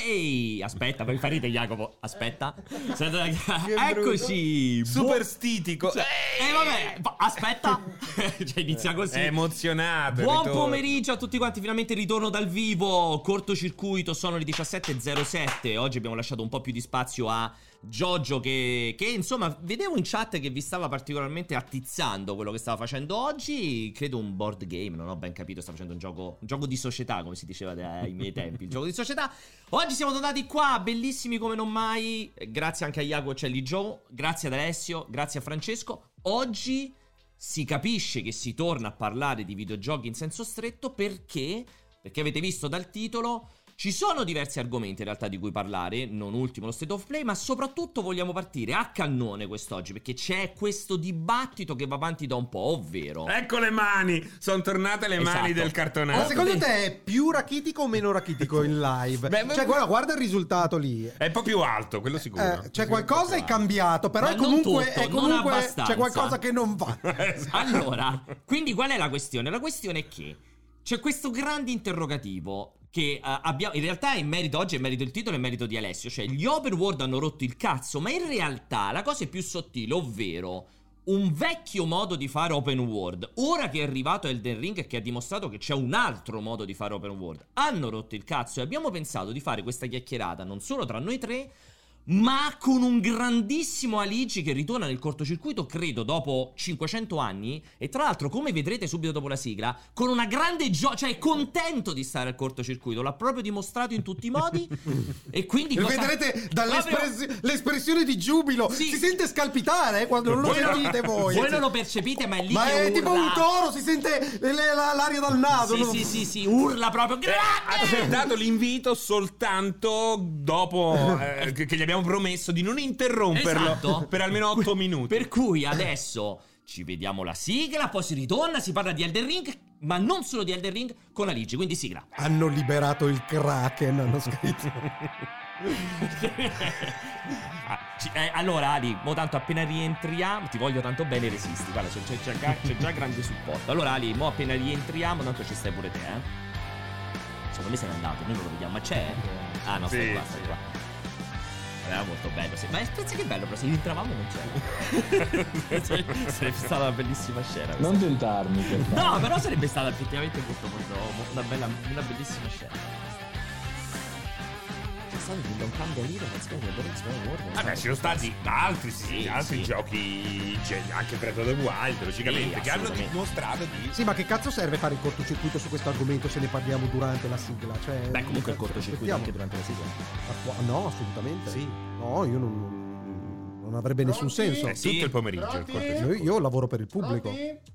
Ehi, aspetta, poi farete Jacopo. Aspetta. Eccoci. Superstitico. Vabbè, aspetta. Cioè, inizia così. È emozionato. Buon pomeriggio a tutti quanti. Finalmente ritorno dal vivo. Cortocircuito, sono le 17:07. Oggi abbiamo lasciato un po' più di spazio a Giorgio che insomma vedevo in chat che vi stava particolarmente attizzando quello che stava facendo oggi. Credo un board game, non ho ben capito. Sta facendo un gioco di società, come si diceva ai miei tempi. Il gioco di società. Oggi siamo tornati qua, bellissimi come non mai. Grazie anche a Iago Celli Joe. Grazie ad Alessio, grazie a Francesco. Oggi si capisce che si torna a parlare di videogiochi in senso stretto perché avete visto dal titolo ci sono diversi argomenti in realtà di cui parlare, non ultimo lo State of Play, ma soprattutto vogliamo partire a cannone quest'oggi perché c'è questo dibattito che va avanti da un po', ovvero ecco le mani, sono tornate le mani del cartonato. Ma secondo te è più rachitico o meno rachitico in live? Cioè guarda il risultato lì. È un po' più alto, quello sicuro. Cioè qualcosa è cambiato, però ma comunque non abbastanza. C'è qualcosa che non va. Allora, quindi qual è la questione? La questione è che c'è questo grande interrogativo che abbiamo, in realtà è in merito, oggi è in merito il titolo e in merito di Alessio, cioè gli open world hanno rotto il cazzo, ma in realtà la cosa è più sottile, ovvero un vecchio modo di fare open world, ora che è arrivato Elden Ring e che ha dimostrato che c'è un altro modo di fare open world, hanno rotto il cazzo e abbiamo pensato di fare questa chiacchierata non solo tra noi tre, ma con un grandissimo Aligi che ritorna nel cortocircuito, credo, dopo 500 anni. E tra l'altro, come vedrete subito dopo la sigla, con una grande cioè è contento di stare al cortocircuito. L'ha proprio dimostrato in tutti i modi. E quindi vedrete dall'espressione di giubilo. Sì. Si sente scalpitare quando non lo sentite voi. Voi non lo percepite, ma è lì ma che è urla. tipo un toro, si sente l'aria dal naso. Sì, urla proprio. Ha accettato l'invito soltanto dopo che gli abbiamo promesso di non interromperlo, esatto, per almeno 8 minuti. Per cui adesso ci vediamo la sigla, poi si ritorna, si parla di Elden Ring, ma non solo di Elden Ring, con Aligi, quindi sigla. Hanno liberato il Kraken, hanno scritto. Allora Ali, mo tanto appena rientriamo, ti voglio tanto bene, resisti, guarda c'è già grande supporto. Allora Ali, mo appena rientriamo, tanto ci stai pure te, secondo me se n'è andato, noi non lo vediamo, ma c'è? Ah no, stai qua. Era molto bello, sì. Ma pensa che bello, però se rientravamo non c'era. Sarebbe stata una bellissima scena. Non tentarmi. No, però sarebbe stata effettivamente una bellissima scena. C'è stato di non cambia lire, Vabbè, ci sono stati altri giochi, anche Breath of the Wild, logicamente, che hanno dimostrato di... Sì, ma che cazzo serve fare il cortocircuito su questo argomento se ne parliamo durante la sigla? Cioè, beh, comunque il cortocircuito anche durante la sigla. No, assolutamente. Sì. No, io non avrebbe nessun senso. Tutto il pomeriggio. Io lavoro per il pubblico.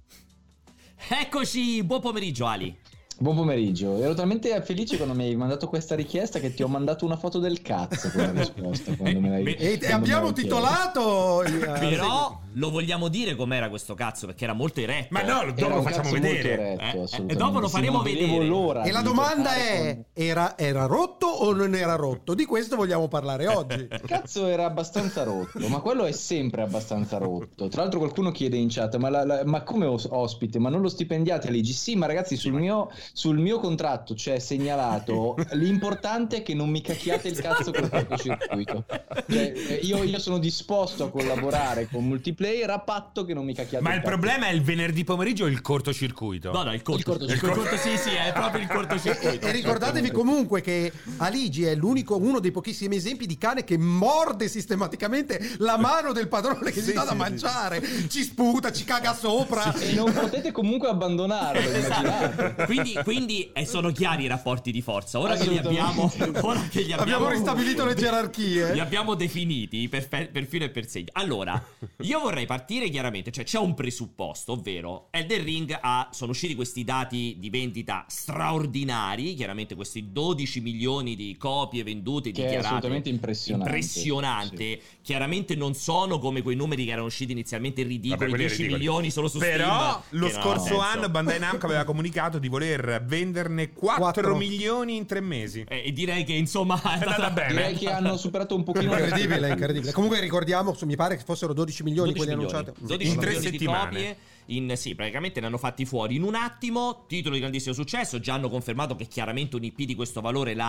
Eccoci, buon pomeriggio Ali. Buon pomeriggio, ero talmente felice quando mi hai mandato questa richiesta che ti ho mandato una foto del cazzo con la risposta quando me l'hai e abbiamo titolato però lo vogliamo dire com'era questo cazzo perché era molto eretto. Ma no, dopo lo facciamo vedere e dopo lo faremo vedere e la domanda è era rotto o non era rotto? Di questo vogliamo parlare oggi. Il cazzo era abbastanza rotto, ma quello è sempre abbastanza rotto. Tra l'altro qualcuno chiede in chat ma come ospite, ma non lo stipendiate all'IG? Sì, ma ragazzi sul mio contratto c'è segnalato l'importante è che non mi cacchiate il cazzo col cortocircuito. Cioè, io sono disposto a collaborare con multiplayer a patto che non mi cacchiate ma il il cazzo. Problema è il venerdì pomeriggio o il cortocircuito? No, il cortocircuito. Sì, è proprio il cortocircuito. E ricordatevi comunque che Aligi è uno dei pochissimi esempi di cane che morde sistematicamente la mano del padrone che si dà da mangiare, ci sputa, ci caga sopra e non potete comunque abbandonarlo. Esatto. Quindi sono chiari i rapporti di forza. Ora che li abbiamo ristabilito le gerarchie, li abbiamo definiti per filo e per segno. Allora, io vorrei partire chiaramente, cioè c'è un presupposto, ovvero Elden Ring sono usciti questi dati di vendita straordinari, chiaramente questi 12 milioni di copie vendute che dichiarate. È assolutamente impressionante. Sì. Chiaramente non sono come quei numeri che erano usciti inizialmente ridicoli, 10 milioni solo su Steam. Però lo scorso anno Bandai Namco aveva comunicato di voler venderne 4 milioni in 3 mesi. E direi che insomma è andata bene. Direi che hanno superato un pochino. Incredibile. Comunque ricordiamo, mi pare che fossero 12 milioni quelli annunciati. 12 in 3 milioni settimane. Di copie, sì, praticamente ne hanno fatti fuori in un attimo. Titolo di grandissimo successo. Già hanno confermato che chiaramente un IP di questo valore l'ha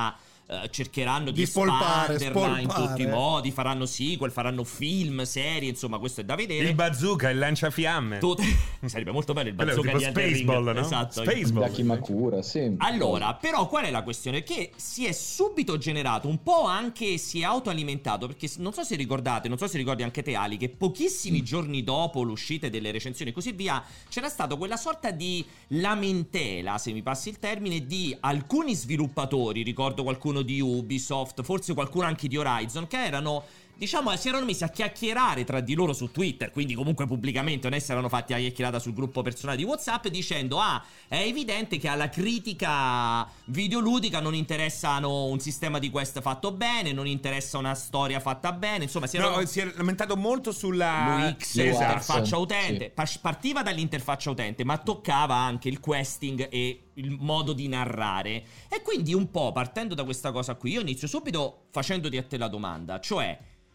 cercheranno di spolpare espanderla in tutti i modi, faranno sequel, faranno film, serie, insomma questo è da vedere. Il bazooka, il lanciafiamme. Sarebbe molto bello il Quello bazooka tipo di Elden Ring. Spaceball, no? Esatto. Spaceball. Dakimakura, sì. Allora, però qual è la questione? Che si è subito generato, un po' anche si è autoalimentato, perché non so se ricordate, non so se ricordi anche te Ali, che pochissimi giorni dopo l'uscita delle recensioni e così via, c'era stato quella sorta di lamentela, se mi passi il termine, di alcuni sviluppatori, ricordo qualcuno di Ubisoft, forse qualcuno anche di Horizon, che erano, diciamo, si erano messi a chiacchierare tra di loro su Twitter, quindi comunque pubblicamente, non è si erano fatti la chiacchierata sul gruppo personale di WhatsApp, dicendo è evidente che alla critica videoludica non interessano un sistema di quest fatto bene, non interessa una storia fatta bene, insomma si è lamentato molto sulla l'UX, l'interfaccia utente, partiva dall'interfaccia utente, ma toccava anche il questing e il modo di narrare. E quindi un po' partendo da questa cosa qui, io inizio subito facendoti a te la domanda, cioè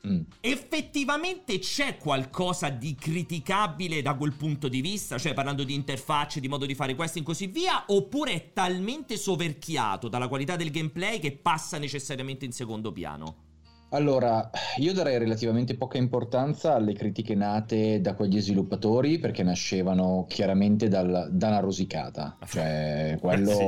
effettivamente c'è qualcosa di criticabile da quel punto di vista, cioè parlando di interfacce, di modo di fare questo e così via, oppure è talmente soverchiato dalla qualità del gameplay che passa necessariamente in secondo piano? Allora, io darei relativamente poca importanza alle critiche nate da quegli sviluppatori, perché nascevano chiaramente da una rosicata, cioè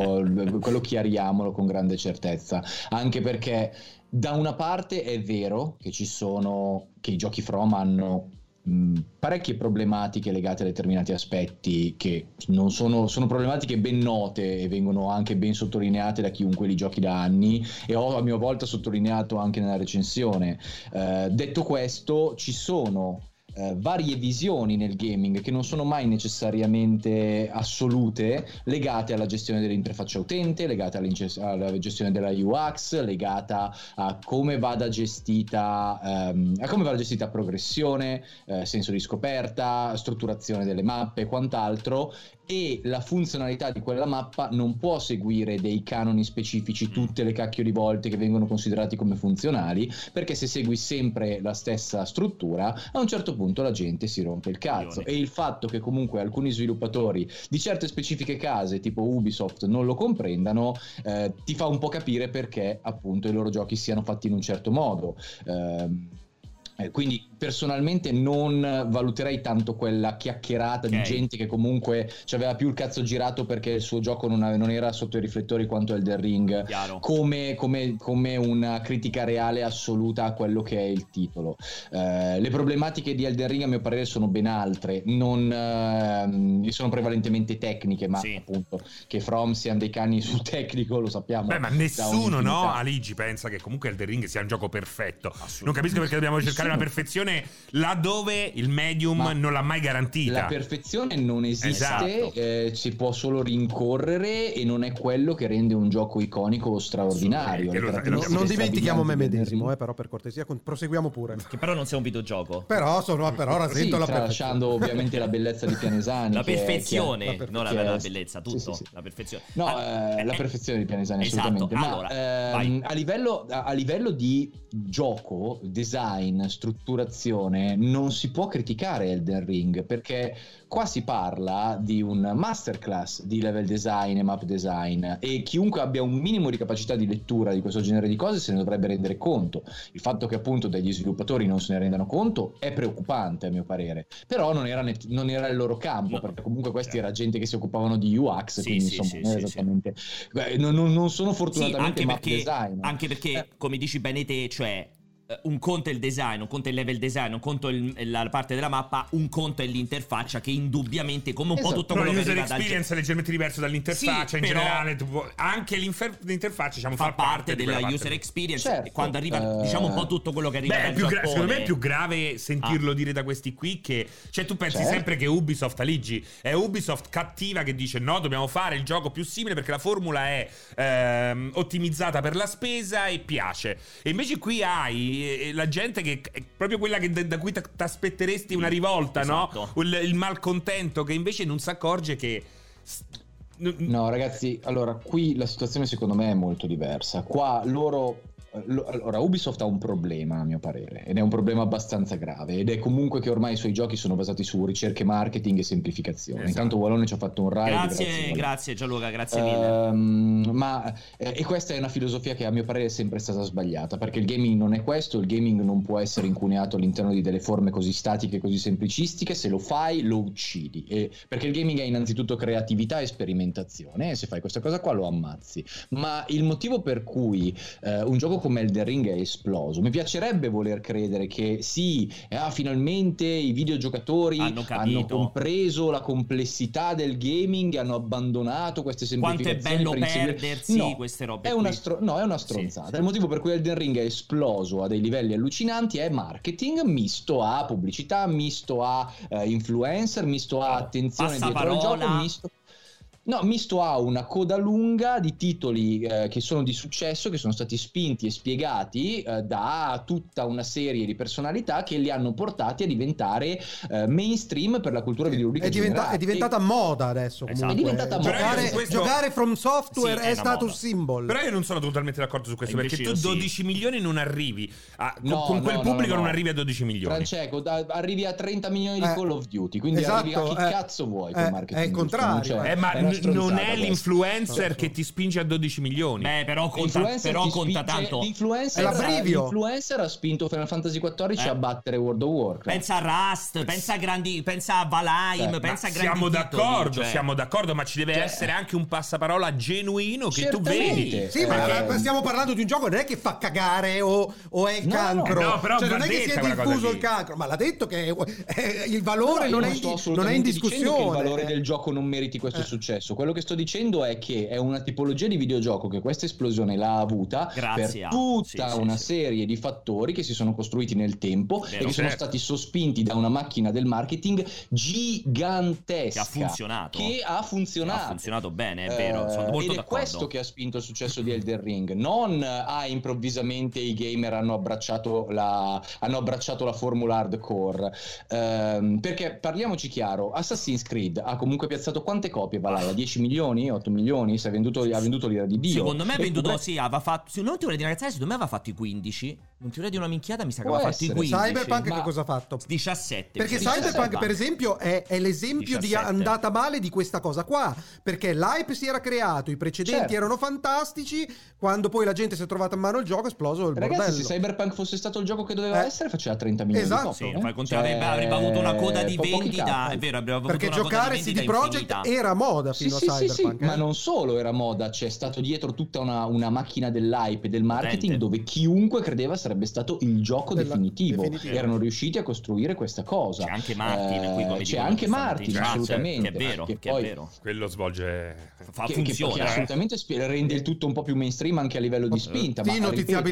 quello chiariamolo con grande certezza, anche perché da una parte è vero che che i giochi From hanno parecchie problematiche legate a determinati aspetti che non sono problematiche ben note e vengono anche ben sottolineate da chiunque li giochi da anni, e ho a mia volta sottolineato anche nella recensione. Detto questo, ci sono varie visioni nel gaming che non sono mai necessariamente assolute, legate alla gestione dell'interfaccia utente, legate alla gestione della UX, legata a come vada gestita progressione, senso di scoperta, strutturazione delle mappe e quant'altro. E la funzionalità di quella mappa non può seguire dei canoni specifici tutte le cacchio di volte che vengono considerati come funzionali, perché se segui sempre la stessa struttura, a un certo punto la gente si rompe il cazzo. E il fatto che comunque alcuni sviluppatori di certe specifiche case tipo Ubisoft non lo comprendano ti fa un po' capire perché appunto i loro giochi siano fatti in un certo modo. Quindi personalmente non valuterei tanto quella chiacchierata di gente che comunque ci aveva più il cazzo girato perché il suo gioco non era sotto i riflettori quanto Elden Ring, come una critica reale assoluta a quello che è il titolo. Le problematiche di Elden Ring a mio parere sono ben altre, sono prevalentemente tecniche, ma appunto che From siano dei cani sul tecnico lo sappiamo. Beh, ma nessuno, no? Aligi pensa che comunque Elden Ring sia un gioco perfetto. Non capisco perché dobbiamo cercare la perfezione laddove il medium non l'ha mai garantita. La perfezione non esiste, si può solo rincorrere, e non è quello che rende un gioco iconico o straordinario. Non dimentichiamo me medesimo, però per cortesia proseguiamo pure. Che però non sia un videogioco. Però ora sento la tralasciando ovviamente la bellezza di Pianesani. La perfezione, non la bellezza, tutto. Sì. La perfezione. No, la perfezione di Pianesani, assolutamente. Allora, a livello di gioco, design, strutturazione, non si può criticare Elden Ring, perché qua si parla di un masterclass di level design e map design, e chiunque abbia un minimo di capacità di lettura di questo genere di cose se ne dovrebbe rendere conto. Il fatto che appunto degli sviluppatori non se ne rendano conto è preoccupante a mio parere, però non era il loro campo, perché comunque questi era gente che si occupavano di UX, quindi insomma esattamente. Non sono fortunatamente map design, anche perché come dici bene te, cioè un conto è il design, un conto è il level design, un conto è la parte della mappa, un conto è l'interfaccia, che indubbiamente come un po' tutto quello che arriva experience è leggermente diverso dall'interfaccia in generale. Anche l'interfaccia, diciamo, fa parte della user experience, quando arriva diciamo un po' tutto quello che arriva dal Giappone. Secondo me è più grave sentirlo dire da questi qui, che cioè tu pensi sempre che Ubisoft, Aligi, è Ubisoft cattiva che dice no, dobbiamo fare il gioco più simile perché la formula è ottimizzata per la spesa e piace, e invece qui hai la gente che è proprio quella da cui ti aspetteresti una rivolta, esatto, no? Il malcontento che invece non si accorge che... No ragazzi, allora qui la situazione secondo me è molto diversa. Qua loro Allora, Ubisoft ha un problema, a mio parere, ed è un problema abbastanza grave, ed è comunque che ormai i suoi giochi sono basati su ricerche marketing e semplificazione. Esatto. Intanto Wallone ci ha fatto un raid. Grazie Gianluca, grazie mille. E questa è una filosofia che a mio parere è sempre stata sbagliata, perché il gaming non è questo, il gaming non può essere incuneato all'interno di delle forme così statiche, così semplicistiche. Se lo fai lo uccidi, perché il gaming è innanzitutto creatività e sperimentazione, e se fai questa cosa qua lo ammazzi. Ma il motivo per cui un gioco come Elden Ring è esploso, mi piacerebbe voler credere che sì, finalmente i videogiocatori hanno compreso la complessità del gaming, hanno abbandonato queste semplificazioni. Quanto è bello perdersi queste robe. È una stronzata. Sì. Il motivo per cui Elden Ring è esploso a dei livelli allucinanti è marketing misto a pubblicità, misto a influencer, misto a attenzione dietro al gioco, misto a una coda lunga di titoli che sono di successo, che sono stati spinti e spiegati da tutta una serie di personalità che li hanno portati a diventare mainstream per la cultura videoludica. È diventata moda adesso. Esatto. È diventata moda. Giocare From Software è status symbol. Però io non sono totalmente d'accordo su questo, perché tu 12 milioni non arrivi con quel pubblico. Non arrivi a 12 milioni. Francesco, arrivi a 30 milioni di Call of Duty, quindi arrivi a chi cazzo vuoi con marketing. È il contrario. Ma non è l'influencer che ti spinge a 12 milioni. Beh, però conta tanto. L'influencer ha spinto Final Fantasy XIV a battere World of Warcraft. Pensa a Rust, pensa a Valheim, pensa a grandi siamo d'accordo, ma ci deve essere anche un passaparola genuino che tu vedi. Sì, ma stiamo parlando di un gioco, non è che fa cagare o è il cancro. No, però non è che si è diffuso il cancro, ma l'ha detto che il valore non è in discussione. Che il valore del gioco non meriti questo successo. Quello che sto dicendo è che è una tipologia di videogioco che questa esplosione l'ha avuta per tutta una serie di fattori che si sono costruiti nel tempo e che sono stati sospinti da una macchina del marketing gigantesca che ha funzionato bene, è vero, sono molto ed è d'accordo. Questo che ha spinto il successo di Elden Ring, non improvvisamente i gamer hanno abbracciato la formula hardcore, perché parliamoci chiaro, Assassin's Creed ha comunque piazzato quante copie? Valhalla? 10 milioni? 8 milioni? Ha venduto l'ira di Dio. Secondo me ha venduto, aveva fatto, se non ti vorrei dire ragazzare, secondo me aveva fatto i 15. Non ti vorrei dire una minchiata, mi sa che aveva fatto i 15. Cyberpunk che cosa ha fatto? 17. Perché Cyberpunk per esempio è l'esempio 17. Di andata male di questa cosa qua, perché l'hype si era creato, i precedenti erano fantastici, quando poi la gente si è trovata in mano il gioco è esploso il bordello. Ragazzi, se Cyberpunk fosse stato il gioco che doveva essere, faceva 30 milioni di copie. Avrebbe avuto una coda di vendita, è vero, avrebbe avuto perché una giocare CD Projekt era moda fino a Cyberpunk. Ma non solo era moda, c'è stato dietro tutta una macchina dell'hype e del marketing dove chiunque credeva sarebbe stato il gioco definitivo. Erano riusciti a costruire questa cosa. C'è anche Martin c'è anche Martin, assolutamente. Che è vero. Quello svolge funziona. Che assolutamente rende il tutto un po' più mainstream anche a livello di spinta. Sì,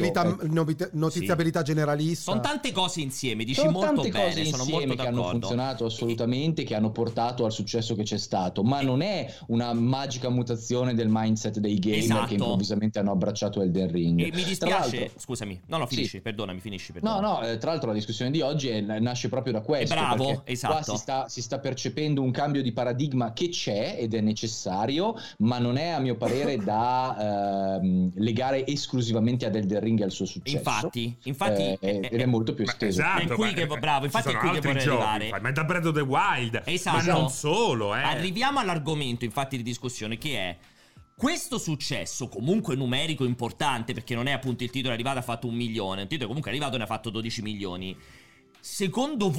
notiziabilità generalista. Sono tante cose insieme, dici molto bene, sono molto d'accordo. Che hanno funzionato assolutamente, che hanno portato al successo che c'è stato, ma non è una magica mutazione del mindset dei gamer che improvvisamente hanno abbracciato Elden Ring. E mi dispiace, scusami, finisci, perdonami. No, tra l'altro la discussione di oggi nasce proprio da questo. Bravo, esatto. Qua si sta percependo un cambio di paradigma che c'è ed è necessario, ma non è a mio parere da legare esclusivamente ad Elden Ring e al suo successo. Infatti ed è molto più esteso. È qui che vorrei arrivare. Ma è da Breath of the Wild. Esatto. Ma non solo, Arriviamo all'argomento infatti di discussione, che è questo successo comunque numerico importante, perché non è appunto il titolo è arrivato e ha fatto 1 milione, il titolo comunque è arrivato e ne ha fatto 12 milioni. Secondo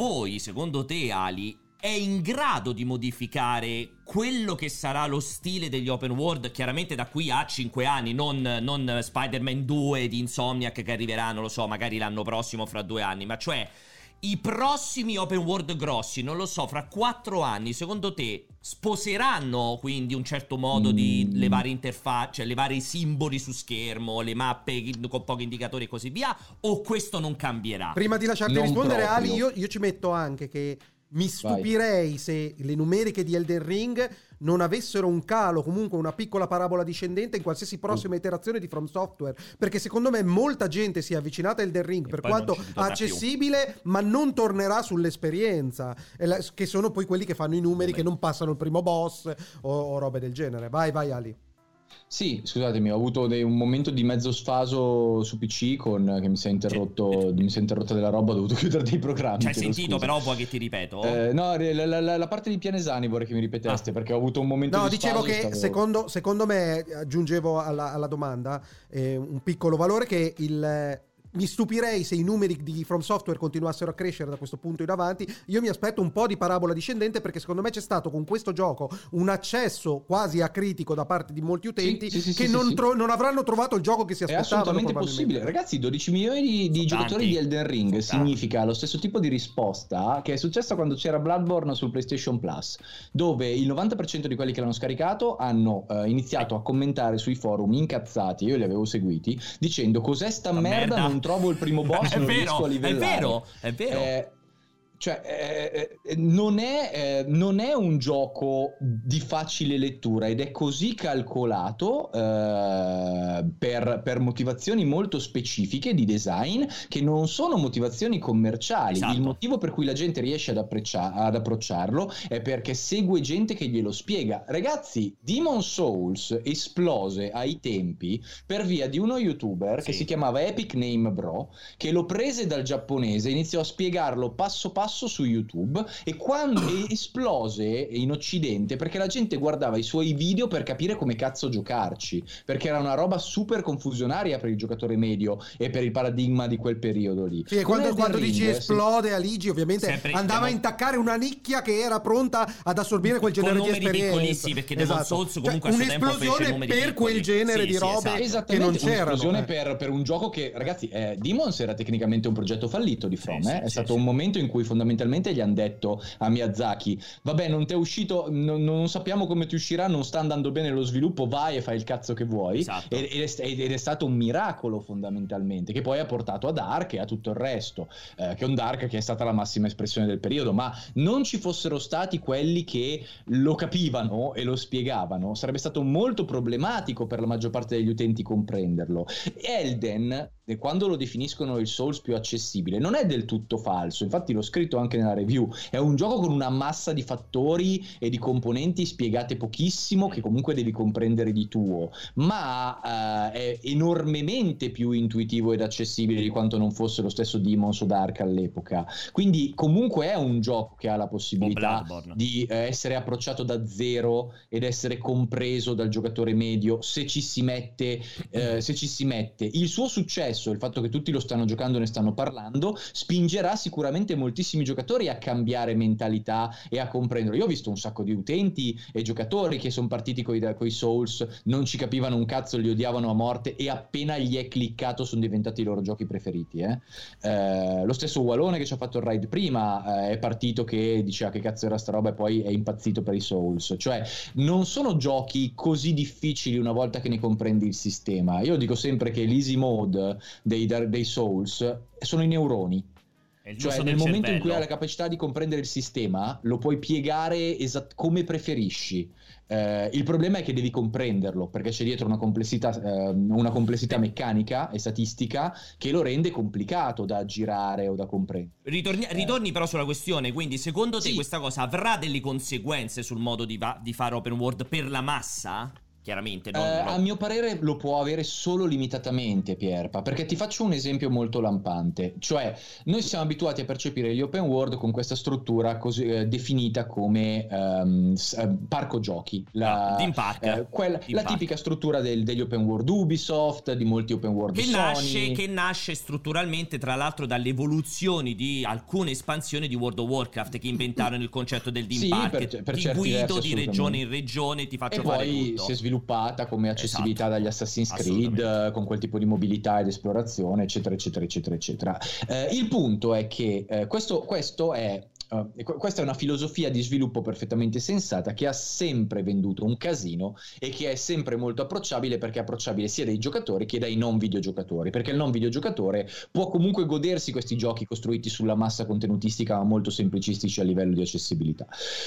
te Ali, è in grado di modificare quello che sarà lo stile degli open world, chiaramente da qui a 5 anni, non Spider-Man 2 di Insomniac che arriverà, non lo so, magari l'anno prossimo, fra 2 anni, ma cioè i prossimi open world grossi, non lo so, fra 4 anni, secondo te sposeranno quindi un certo modo di levare interfacce, levare i simboli su schermo, le mappe con pochi indicatori e così via, o questo non cambierà? Prima di lasciarti rispondere, Ali, io ci metto anche che mi stupirei se le numeriche di Elden Ring non avessero un calo, comunque una piccola parabola discendente in qualsiasi prossima iterazione di From Software, perché secondo me molta gente si è avvicinata a Elden Ring per quanto accessibile, ma non tornerà sull'esperienza, che sono poi quelli che fanno i numeri che non passano il primo boss o robe del genere. Vai Ali. Sì, scusatemi, ho avuto un momento di mezzo sfaso su PC che mi si è interrotta della roba, ho dovuto chiudere dei programmi. Ci hai sentito, però vuoi che ti ripeto? No, la parte di Pianesani vorrei che mi ripeteste, perché ho avuto un momento di dicevo sfaso. Che secondo me, aggiungevo alla domanda un piccolo valore, che mi stupirei se i numeri di From Software continuassero a crescere da questo punto in avanti. Io mi aspetto un po' di parabola discendente, perché secondo me c'è stato con questo gioco un accesso quasi acritico da parte di molti utenti non avranno trovato il gioco che si aspettavano. È assolutamente possibile. Ragazzi, 12 milioni di giocatori di Elden Ring significa lo stesso tipo di risposta che è successa quando c'era Bloodborne sul PlayStation Plus, dove il 90% di quelli che l'hanno scaricato hanno iniziato a commentare sui forum incazzati, io li avevo seguiti, dicendo: cos'è sta merda, non trovo il primo boss, non riesco a livellare. È vero. Non è un gioco di facile lettura, ed è così calcolato per motivazioni molto specifiche di design, che non sono motivazioni commerciali. Esatto. Il motivo per cui la gente riesce ad approcciarlo è perché segue gente che glielo spiega. Ragazzi, Demon's Souls esplose ai tempi per via di uno youtuber che si chiamava Epic Name Bro, che lo prese dal giapponese e iniziò a spiegarlo passo passo su YouTube, e quando esplose in occidente perché la gente guardava i suoi video per capire come cazzo giocarci, perché era una roba super confusionaria per il giocatore medio e per il paradigma di quel periodo lì. Sì, quando dici esplode, Aligi ovviamente andava a intaccare una nicchia che era pronta ad assorbire quel genere di esperienze, perché Demon's Souls comunque a suo tempo fece numeri per piccoli. quel genere di robe che non c'erano. Un'esplosione per un gioco che, ragazzi, Demon's era tecnicamente un progetto fallito di From. È stato un momento in cui fondamentalmente gli hanno detto a Miyazaki: vabbè, non ti è uscito, non sappiamo come ti uscirà, non sta andando bene lo sviluppo, vai e fai il cazzo che vuoi. Esatto. Ed è stato un miracolo fondamentalmente, che poi ha portato a Dark e a tutto il resto, che è un Dark che è stata la massima espressione del periodo. Ma non ci fossero stati quelli che lo capivano e lo spiegavano, sarebbe stato molto problematico per la maggior parte degli utenti comprenderlo. Elden, quando lo definiscono il Souls più accessibile, non è del tutto falso, infatti l'ho scritto anche nella review. È un gioco con una massa di fattori e di componenti spiegate pochissimo, che comunque devi comprendere di tuo, ma è enormemente più intuitivo ed accessibile di quanto non fosse lo stesso Demon's o Dark all'epoca. Quindi comunque è un gioco che ha la possibilità di essere approcciato da zero ed essere compreso dal giocatore medio, se ci si mette il suo successo, il fatto che tutti lo stanno giocando e ne stanno parlando, spingerà sicuramente moltissimi giocatori a cambiare mentalità e a comprenderlo. Io ho visto un sacco di utenti e giocatori che sono partiti coi Souls, non ci capivano un cazzo, li odiavano a morte, e appena gli è cliccato sono diventati i loro giochi preferiti. Lo stesso Walone che ci ha fatto il raid prima è partito che diceva che cazzo era sta roba e poi è impazzito per i Souls. Cioè non sono giochi così difficili una volta che ne comprendi il sistema. Io dico sempre che l'easy mode dei Souls sono i neuroni. Cioè nel momento in cui hai la capacità di comprendere il sistema, lo puoi piegare come preferisci. Il problema è che devi comprenderlo, perché c'è dietro una complessità meccanica e statistica che lo rende complicato da aggirare o da comprendere. Ritorni però sulla questione, quindi secondo te questa cosa avrà delle conseguenze sul modo di fare open world per la massa? Chiaramente a mio parere lo può avere solo limitatamente, Pierpa, perché ti faccio un esempio molto lampante. Cioè noi siamo abituati a percepire gli open world con questa struttura così definita come parco giochi, la tipica struttura degli open world Ubisoft, di molti open world Sony, che nasce strutturalmente tra l'altro dalle evoluzioni di alcune espansioni di World of Warcraft, che inventarono il concetto del Theme Park, ti guido di regione in regione, ti faccio fare tutto. E poi si è sviluppata come accessibilità dagli Assassin's Creed, con quel tipo di mobilità ed esplorazione, eccetera eccetera eccetera eccetera. Il punto è che questa è una filosofia di sviluppo perfettamente sensata, che ha sempre venduto un casino e che è sempre molto approcciabile, perché è approcciabile sia dai giocatori che dai non videogiocatori, perché il non videogiocatore può comunque godersi questi giochi costruiti sulla massa contenutistica, ma molto semplicistici a livello di accessibilità.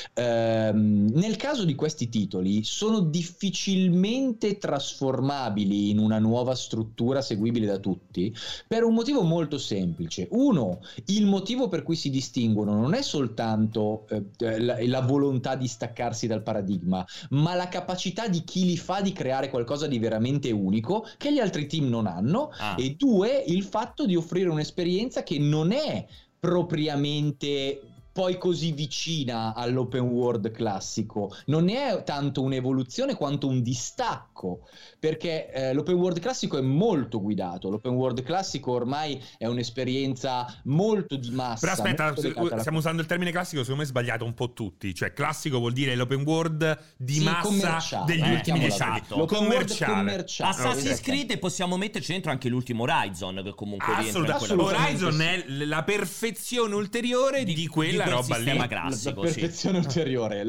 Nel caso di questi titoli sono difficilmente trasformabili in una nuova struttura seguibile da tutti, per un motivo molto semplice. Uno, il motivo per cui si distinguono non è soltanto la volontà di staccarsi dal paradigma, ma la capacità di chi li fa di creare qualcosa di veramente unico che gli altri team non hanno, e due, il fatto di offrire un'esperienza che non è propriamente poi così vicina all'open world classico, non è tanto un'evoluzione quanto un distacco, perché l'open world classico è molto guidato, l'open world classico ormai è un'esperienza molto di massa. Però aspetta, stiamo usando il termine classico, secondo me sbagliato un po' tutti, cioè classico vuol dire l'open world di massa degli ultimi 10 anni, commerciale. Assassin's Creed, e possiamo metterci dentro anche l'ultimo Horizon, che comunque rientra in quella. Horizon è la perfezione ulteriore di quella roba lì, classico, la perfezione ulteriore,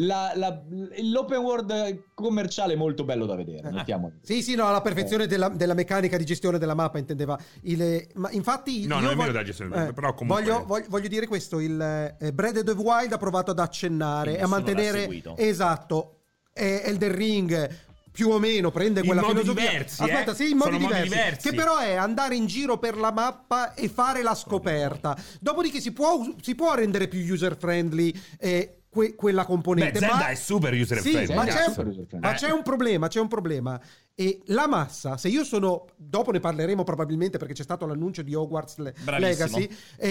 l'open world commerciale è molto bello da vedere, mettiamolo. Sì, no, la perfezione della meccanica di gestione della mappa intendeva ma infatti no, non è vero da gestione, però comunque voglio dire questo, il Breath of the Wild ha provato ad accennare e a mantenere, esatto, Elden Ring più o meno prende quella filosofia diversi, in modi diversi, che però è andare in giro per la mappa e fare la scoperta. Dopodiché si può rendere più user friendly quella componente. Zelda è super user friendly. Sì, ma c'è un problema. E la massa, se io sono, dopo ne parleremo probabilmente perché c'è stato l'annuncio di Hogwarts Legacy,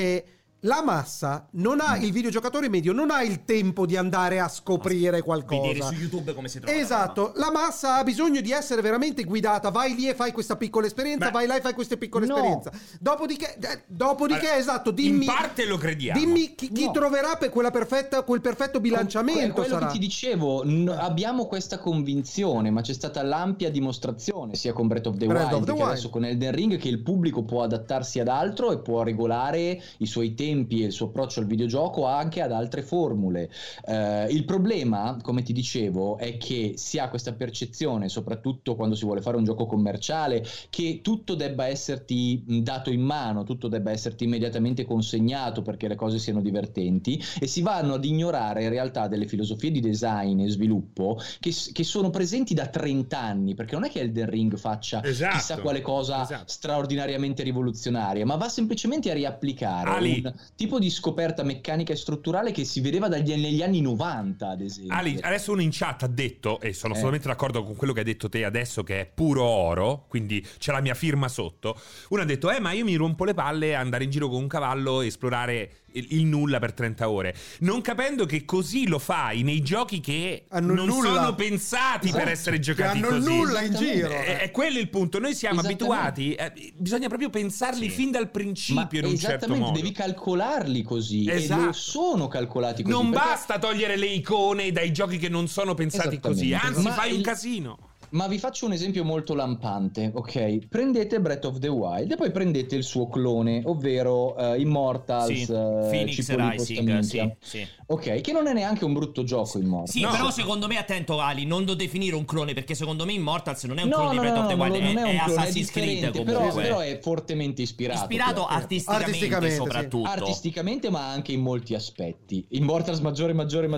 la massa non ha, il videogiocatore medio non ha il tempo di andare a scoprire qualcosa, vedere su YouTube come si trova. Esatto, la massa ha bisogno di essere veramente guidata. Vai lì e fai questa piccola esperienza, vai là e fai questa piccola esperienza. Dopodiché allora, esatto, dimmi, in parte lo crediamo. Dimmi chi troverà per quel perfetto bilanciamento. Quello sarà. che ti dicevo, abbiamo questa convinzione, ma c'è stata l'ampia dimostrazione sia con Breath of the Wild che adesso con Elden Ring, che il pubblico può adattarsi ad altro e può regolare i suoi tempi e il suo approccio al videogioco anche ad altre formule. Il problema, come ti dicevo, è che si ha questa percezione, soprattutto quando si vuole fare un gioco commerciale, che tutto debba esserti dato in mano, tutto debba esserti immediatamente consegnato perché le cose siano divertenti, e si vanno ad ignorare in realtà delle filosofie di design e sviluppo che sono presenti da 30 anni, perché non è che Elden Ring faccia chissà quale cosa straordinariamente rivoluzionaria, ma va semplicemente a riapplicare un tipo di scoperta meccanica e strutturale che si vedeva negli anni 90, ad esempio. Ali, adesso uno in chat ha detto, e sono assolutamente d'accordo con quello che hai detto te adesso, che è puro oro, quindi c'è la mia firma sotto. Uno ha detto, ma io mi rompo le palle a andare in giro con un cavallo e esplorare il nulla per 30 ore, non capendo che così lo fai nei giochi che non sono pensati per essere giocati così. Nulla in giro. È quello il punto. Noi siamo abituati, bisogna proprio pensarli fin dal principio in un certo modo. Devi calcolarli così, e lo sono calcolati così. Non basta togliere le icone dai giochi che non sono pensati così, anzi fai un casino. Ma vi faccio un esempio molto lampante, ok? Prendete Breath of the Wild e poi prendete il suo clone, ovvero Immortals, Phoenix Rising, sì. Ok, che non è neanche un brutto gioco Immortals. Sì, però secondo me, attento Ali, non lo definire un clone, perché secondo me Immortals non è un clone di Breath of the Wild, è Assassin's Creed comunque. Però è fortemente ispirato artisticamente soprattutto. Artisticamente, ma anche in molti aspetti. Immortals maggiore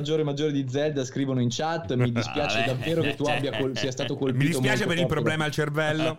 di Zelda, scrivono in chat, mi dispiace davvero che tu sia stato colpito. Mi dispiace per il problema al cervello.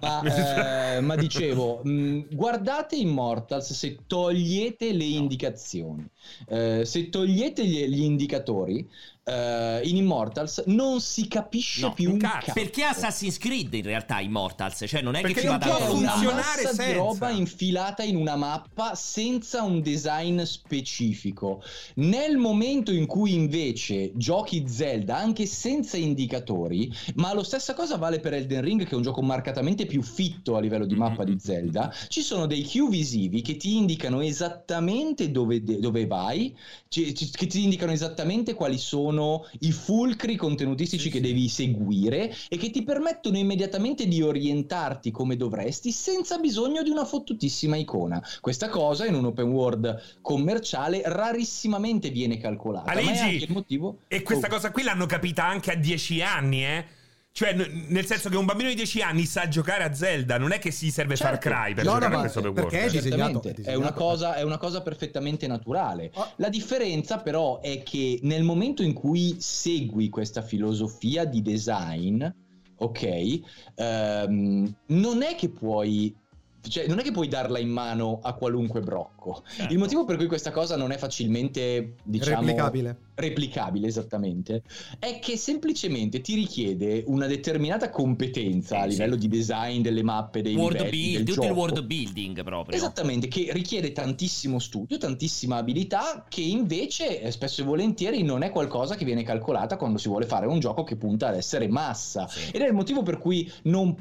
Ma dicevo, guardate Immortals se togliete le indicazioni, se togliete gli indicatori. In Immortals non si capisce più un cazzo. Perché Assassin's Creed in realtà Immortals, cioè non è perché che ci va tanto lontano. È una massa di roba infilata in una mappa senza un design specifico. Nel momento in cui invece giochi Zelda anche senza indicatori, ma la stessa cosa vale per Elden Ring, che è un gioco marcatamente più fitto a livello di mappa di Zelda, ci sono dei cue visivi che ti indicano esattamente dove vai, che ti indicano esattamente quali sono i fulcri contenutistici che devi seguire e che ti permettono immediatamente di orientarti come dovresti senza bisogno di una fottutissima icona. Questa cosa in un open world commerciale rarissimamente viene calcolata. Aligi, ma è anche il motivo. E questa cosa qui l'hanno capita anche a 10 anni, Cioè, nel senso che un bambino di 10 anni sa giocare a Zelda, non è che si serve Far Cry per giocare a questo open world. Perché è disegnato. È una cosa perfettamente naturale. La differenza però è che nel momento in cui segui questa filosofia di design, ok, non è che puoi cioè non è che puoi darla in mano a qualunque brocco. Il motivo per cui questa cosa non è facilmente, diciamo, replicabile, esattamente, è che semplicemente ti richiede una determinata competenza a livello di design delle mappe, dei livelli, del tutto gioco. Il world building proprio. Esattamente, che richiede tantissimo studio, tantissima abilità, che invece spesso e volentieri non è qualcosa che viene calcolata quando si vuole fare un gioco che punta ad essere massa. Ed è il motivo per cui non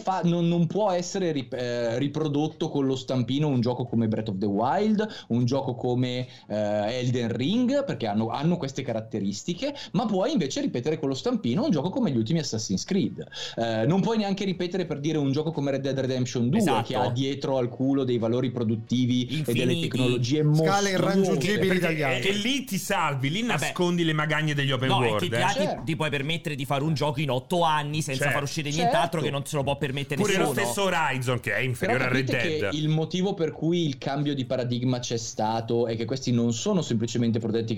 può essere riprodotto con lo stampino un gioco come Breath of the Wild, un gioco come Elden Ring, perché hanno queste caratteristiche, ma puoi invece ripetere con lo stampino un gioco come gli ultimi Assassin's Creed. Non puoi neanche ripetere, per dire, un gioco come Red Dead Redemption 2, che ha dietro al culo dei valori produttivi e delle tecnologie scale irraggiungibili dagli altri. E lì ti salvi, lì nascondi le magagne degli open world. Ti puoi permettere di fare un gioco in 8 anni senza far uscire nient'altro, che non se lo può permettere pure nessuno. lo stesso Horizon, che è inferiore a Red Dead. Il motivo per cui il cambio di paradigma c'è stato è che questi non sono semplicemente progetti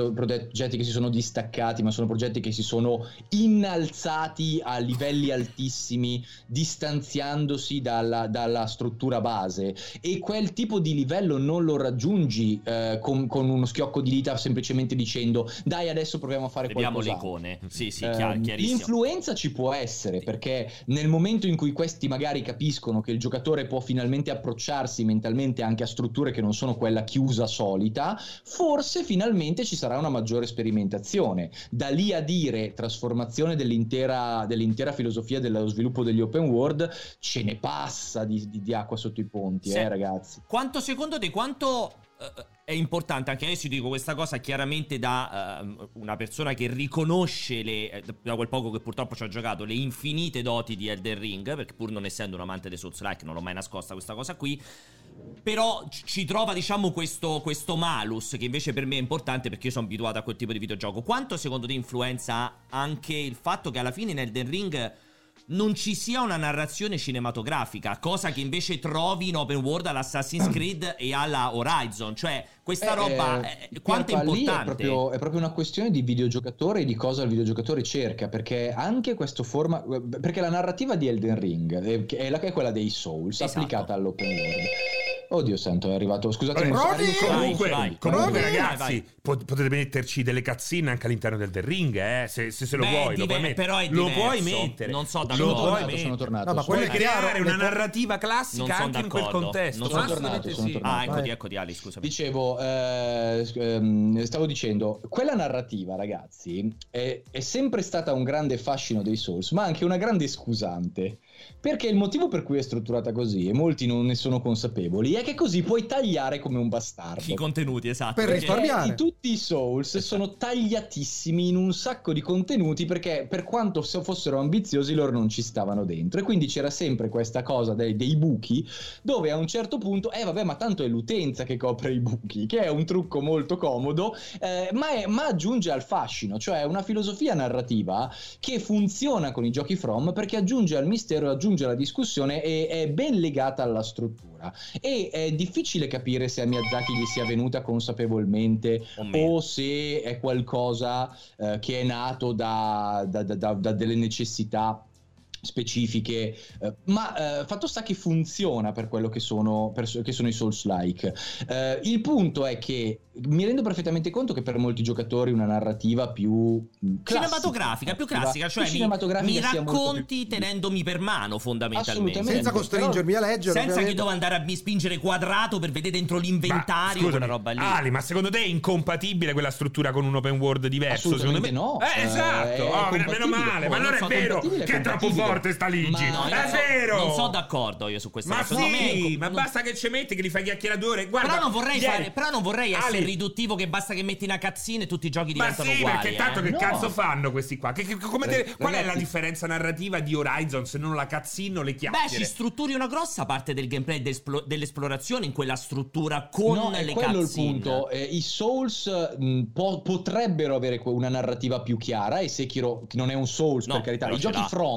che si sono distaccati, ma sono progetti che si sono innalzati a livelli altissimi, distanziandosi dalla struttura base, e quel tipo di livello non lo raggiungi con uno schiocco di dita, semplicemente dicendo dai adesso proviamo a fare qualcosa. Le icone. Sì, chiarissimo. L'influenza ci può essere, perché nel momento in cui questi magari capiscono che il giocatore può finalmente approcciarsi mentalmente anche a strutture che non sono quella chiusa solita, forse finalmente ci sarà una maggiore sperimentazione. Da lì a dire trasformazione dell'intera filosofia dello sviluppo degli open world, ce ne passa di acqua sotto i ponti, ragazzi. Secondo te quanto è importante, anche adesso dico questa cosa chiaramente da una persona che riconosce da quel poco che purtroppo ci ha giocato, le infinite doti di Elden Ring, perché pur non essendo un amante dei Souls-like non l'ho mai nascosta questa cosa qui, però ci trova, diciamo, questo malus che invece per me è importante, perché io sono abituato a quel tipo di videogioco. Quanto secondo te influenza anche il fatto che alla fine in Elden Ring non ci sia una narrazione cinematografica, cosa che invece trovi in open world all'Assassin's Creed e alla Horizon? Cioè questa roba quanto è importante? È proprio una questione di videogiocatore e di cosa il videogiocatore cerca, perché anche questo perché la narrativa di Elden Ring è quella dei Souls, applicata all'open world. Oddio santo, è arrivato. Scusate, comunque ragazzi, potete metterci delle cutscene anche all'interno del The Ring, se lo vuoi, lo puoi mettere. Però è lo puoi mettere. Non so sono tornato. Ma puoi creare una narrativa classica anche in quel contesto. Sono tornato. Eccoti Ali, scusami. Dicevo, stavo dicendo, quella narrativa, ragazzi, è sempre stata un grande fascino dei Souls, ma anche una grande scusante. Perché il motivo per cui è strutturata così, e molti non ne sono consapevoli, è che così puoi tagliare come un bastardo i contenuti, esatto, per risparmiare. Tutti i Souls sono tagliatissimi in un sacco di contenuti, perché per quanto fossero ambiziosi loro non ci stavano dentro, e quindi c'era sempre questa cosa dei buchi, dove a un certo punto ma tanto è l'utenza che copre i buchi, che è un trucco molto comodo, ma aggiunge al fascino, cioè una filosofia narrativa che funziona con i giochi From, perché aggiunge al mistero, aggiunge alla discussione e è ben legata alla struttura. E è difficile capire se a Miyazaki gli sia venuta consapevolmente o se è qualcosa che è nato da delle necessità specifiche, ma fatto sta che funziona per quello che sono i Souls-like. Il punto è che mi rendo perfettamente conto che per molti giocatori una narrativa più cinematografica, più classica, cioè mi racconti tenendomi per mano, fondamentalmente, senza costringermi a leggere, senza ovviamente. che devo andare a spingere quadrato per vedere dentro l'inventario, quella roba lì. Ali, ma secondo te è incompatibile quella struttura con un open world diverso? Assolutamente secondo me no. Esatto, meno male, ma allora è vero che è troppo forte sta Ligi, è vero. Non sono d'accordo io su questa cosa. Ma basta che ci metti, che li fai chiacchieradore. Guarda, però non vorrei essere riduttivo, che basta che metti una cazzina e tutti i giochi diventano uguali. Perché tanto che cazzo fanno questi qua? Qual è la differenza narrativa di Horizon se non la cazzina o le chiacchiere? Ci strutturi una grossa parte del gameplay dell'esplorazione in quella struttura con le quello cazzine. Il punto. I Souls potrebbero avere una narrativa più chiara, e Sekiro, che non è un Souls, per carità. I giochi From, mettiamo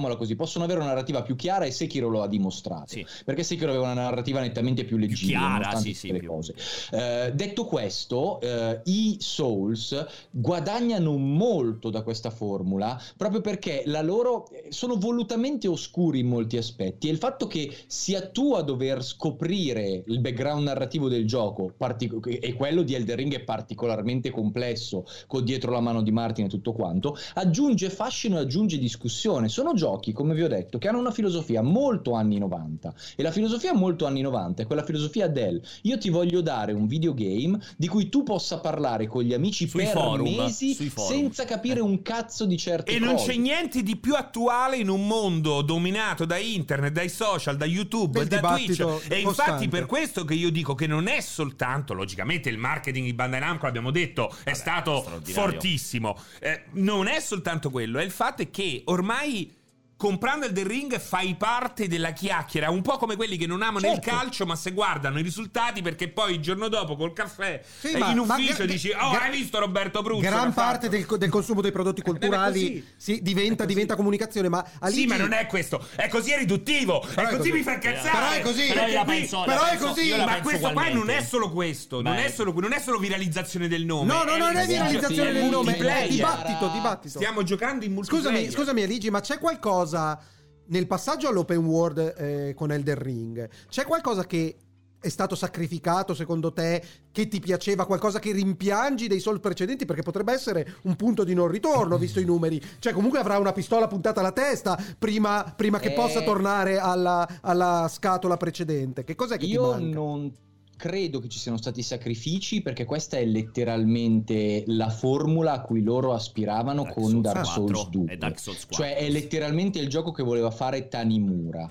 mettiamola così, possono avere una narrativa più chiara, e Sekiro lo ha dimostrato. Sì. Perché Sekiro aveva una narrativa nettamente più leggibile, chiara, nonostante sì, tutte le più. cose. Detto questo, i Souls guadagnano molto da questa formula, proprio perché la loro sono volutamente oscuri in molti aspetti, e il fatto che sia tu a dover scoprire il background narrativo del gioco, e quello di Elden Ring è particolarmente complesso, con dietro la mano di Martin e tutto quanto, aggiunge fascino e aggiunge discussione. Sono giochi, come vi ho detto, che hanno una filosofia molto anni 90, e la filosofia molto anni 90 è quella filosofia del: io ti voglio dare un videogame di cui tu possa parlare con gli amici Sui per forum, mesi sui forum. senza capire un cazzo di certe E cose. non c'è niente di più attuale in un mondo dominato da internet, dai social, da YouTube, Del da Twitch. dibattito E infatti costante. per questo che io dico che non è soltanto, logicamente il marketing di Bandai Namco, l'abbiamo detto, è stato straordinario. fortissimo. Non è soltanto quello, è il fatto che ormai comprando Elden Ring fai parte della chiacchiera, un po' come quelli che non amano il calcio, ma se guardano i risultati, perché poi il giorno dopo col caffè Sì, in ufficio dici: oh, hai visto Roberto Bruzzo? Gran che ha parte fatto?" del consumo dei prodotti culturali diventa comunicazione, ma Aligi... Sì, ma non è questo, è così, è riduttivo, Però è è così, così. mi fa incazzare. Però è così. Però io la Qui- penso, però la è penso- così. io la ma penso questo qua non ugualmente. è solo questo, Beh. non è solo viralizzazione del nome. No, non è viralizzazione del nome, è dibattito. Stiamo giocando in multiplayer. Scusami Aligi, ma c'è qualcosa nel passaggio all'open world con Elden Ring? C'è qualcosa che è stato sacrificato secondo te, che ti piaceva, qualcosa che rimpiangi dei Souls precedenti? Perché potrebbe essere un punto di non ritorno, visto i numeri. Cioè comunque avrà una pistola puntata alla testa prima che possa tornare alla scatola precedente. Che cos'è che ti Io manca? non credo che ci siano stati sacrifici, perché questa è letteralmente la formula a cui loro aspiravano Dark con Souls Dark 4 Souls 2. e Dark Souls 4. Cioè è letteralmente il gioco che voleva fare Tanimura.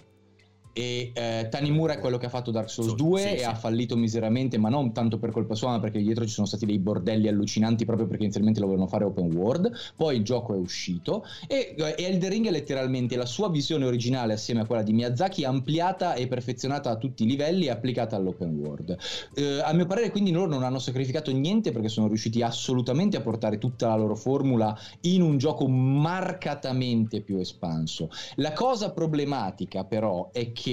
E Tanimura è quello che ha fatto Dark Souls 2 sì, e sì. ha fallito miseramente, ma non tanto per colpa sua, ma perché dietro ci sono stati dei bordelli allucinanti, proprio perché inizialmente lo volevano fare open world. Poi il gioco è uscito e Elden Ring è letteralmente la sua visione originale, assieme a quella di Miyazaki, ampliata e perfezionata a tutti i livelli e applicata all'open world. A mio parere quindi loro non hanno sacrificato niente, perché sono riusciti assolutamente a portare tutta la loro formula in un gioco marcatamente più espanso. La cosa problematica però è che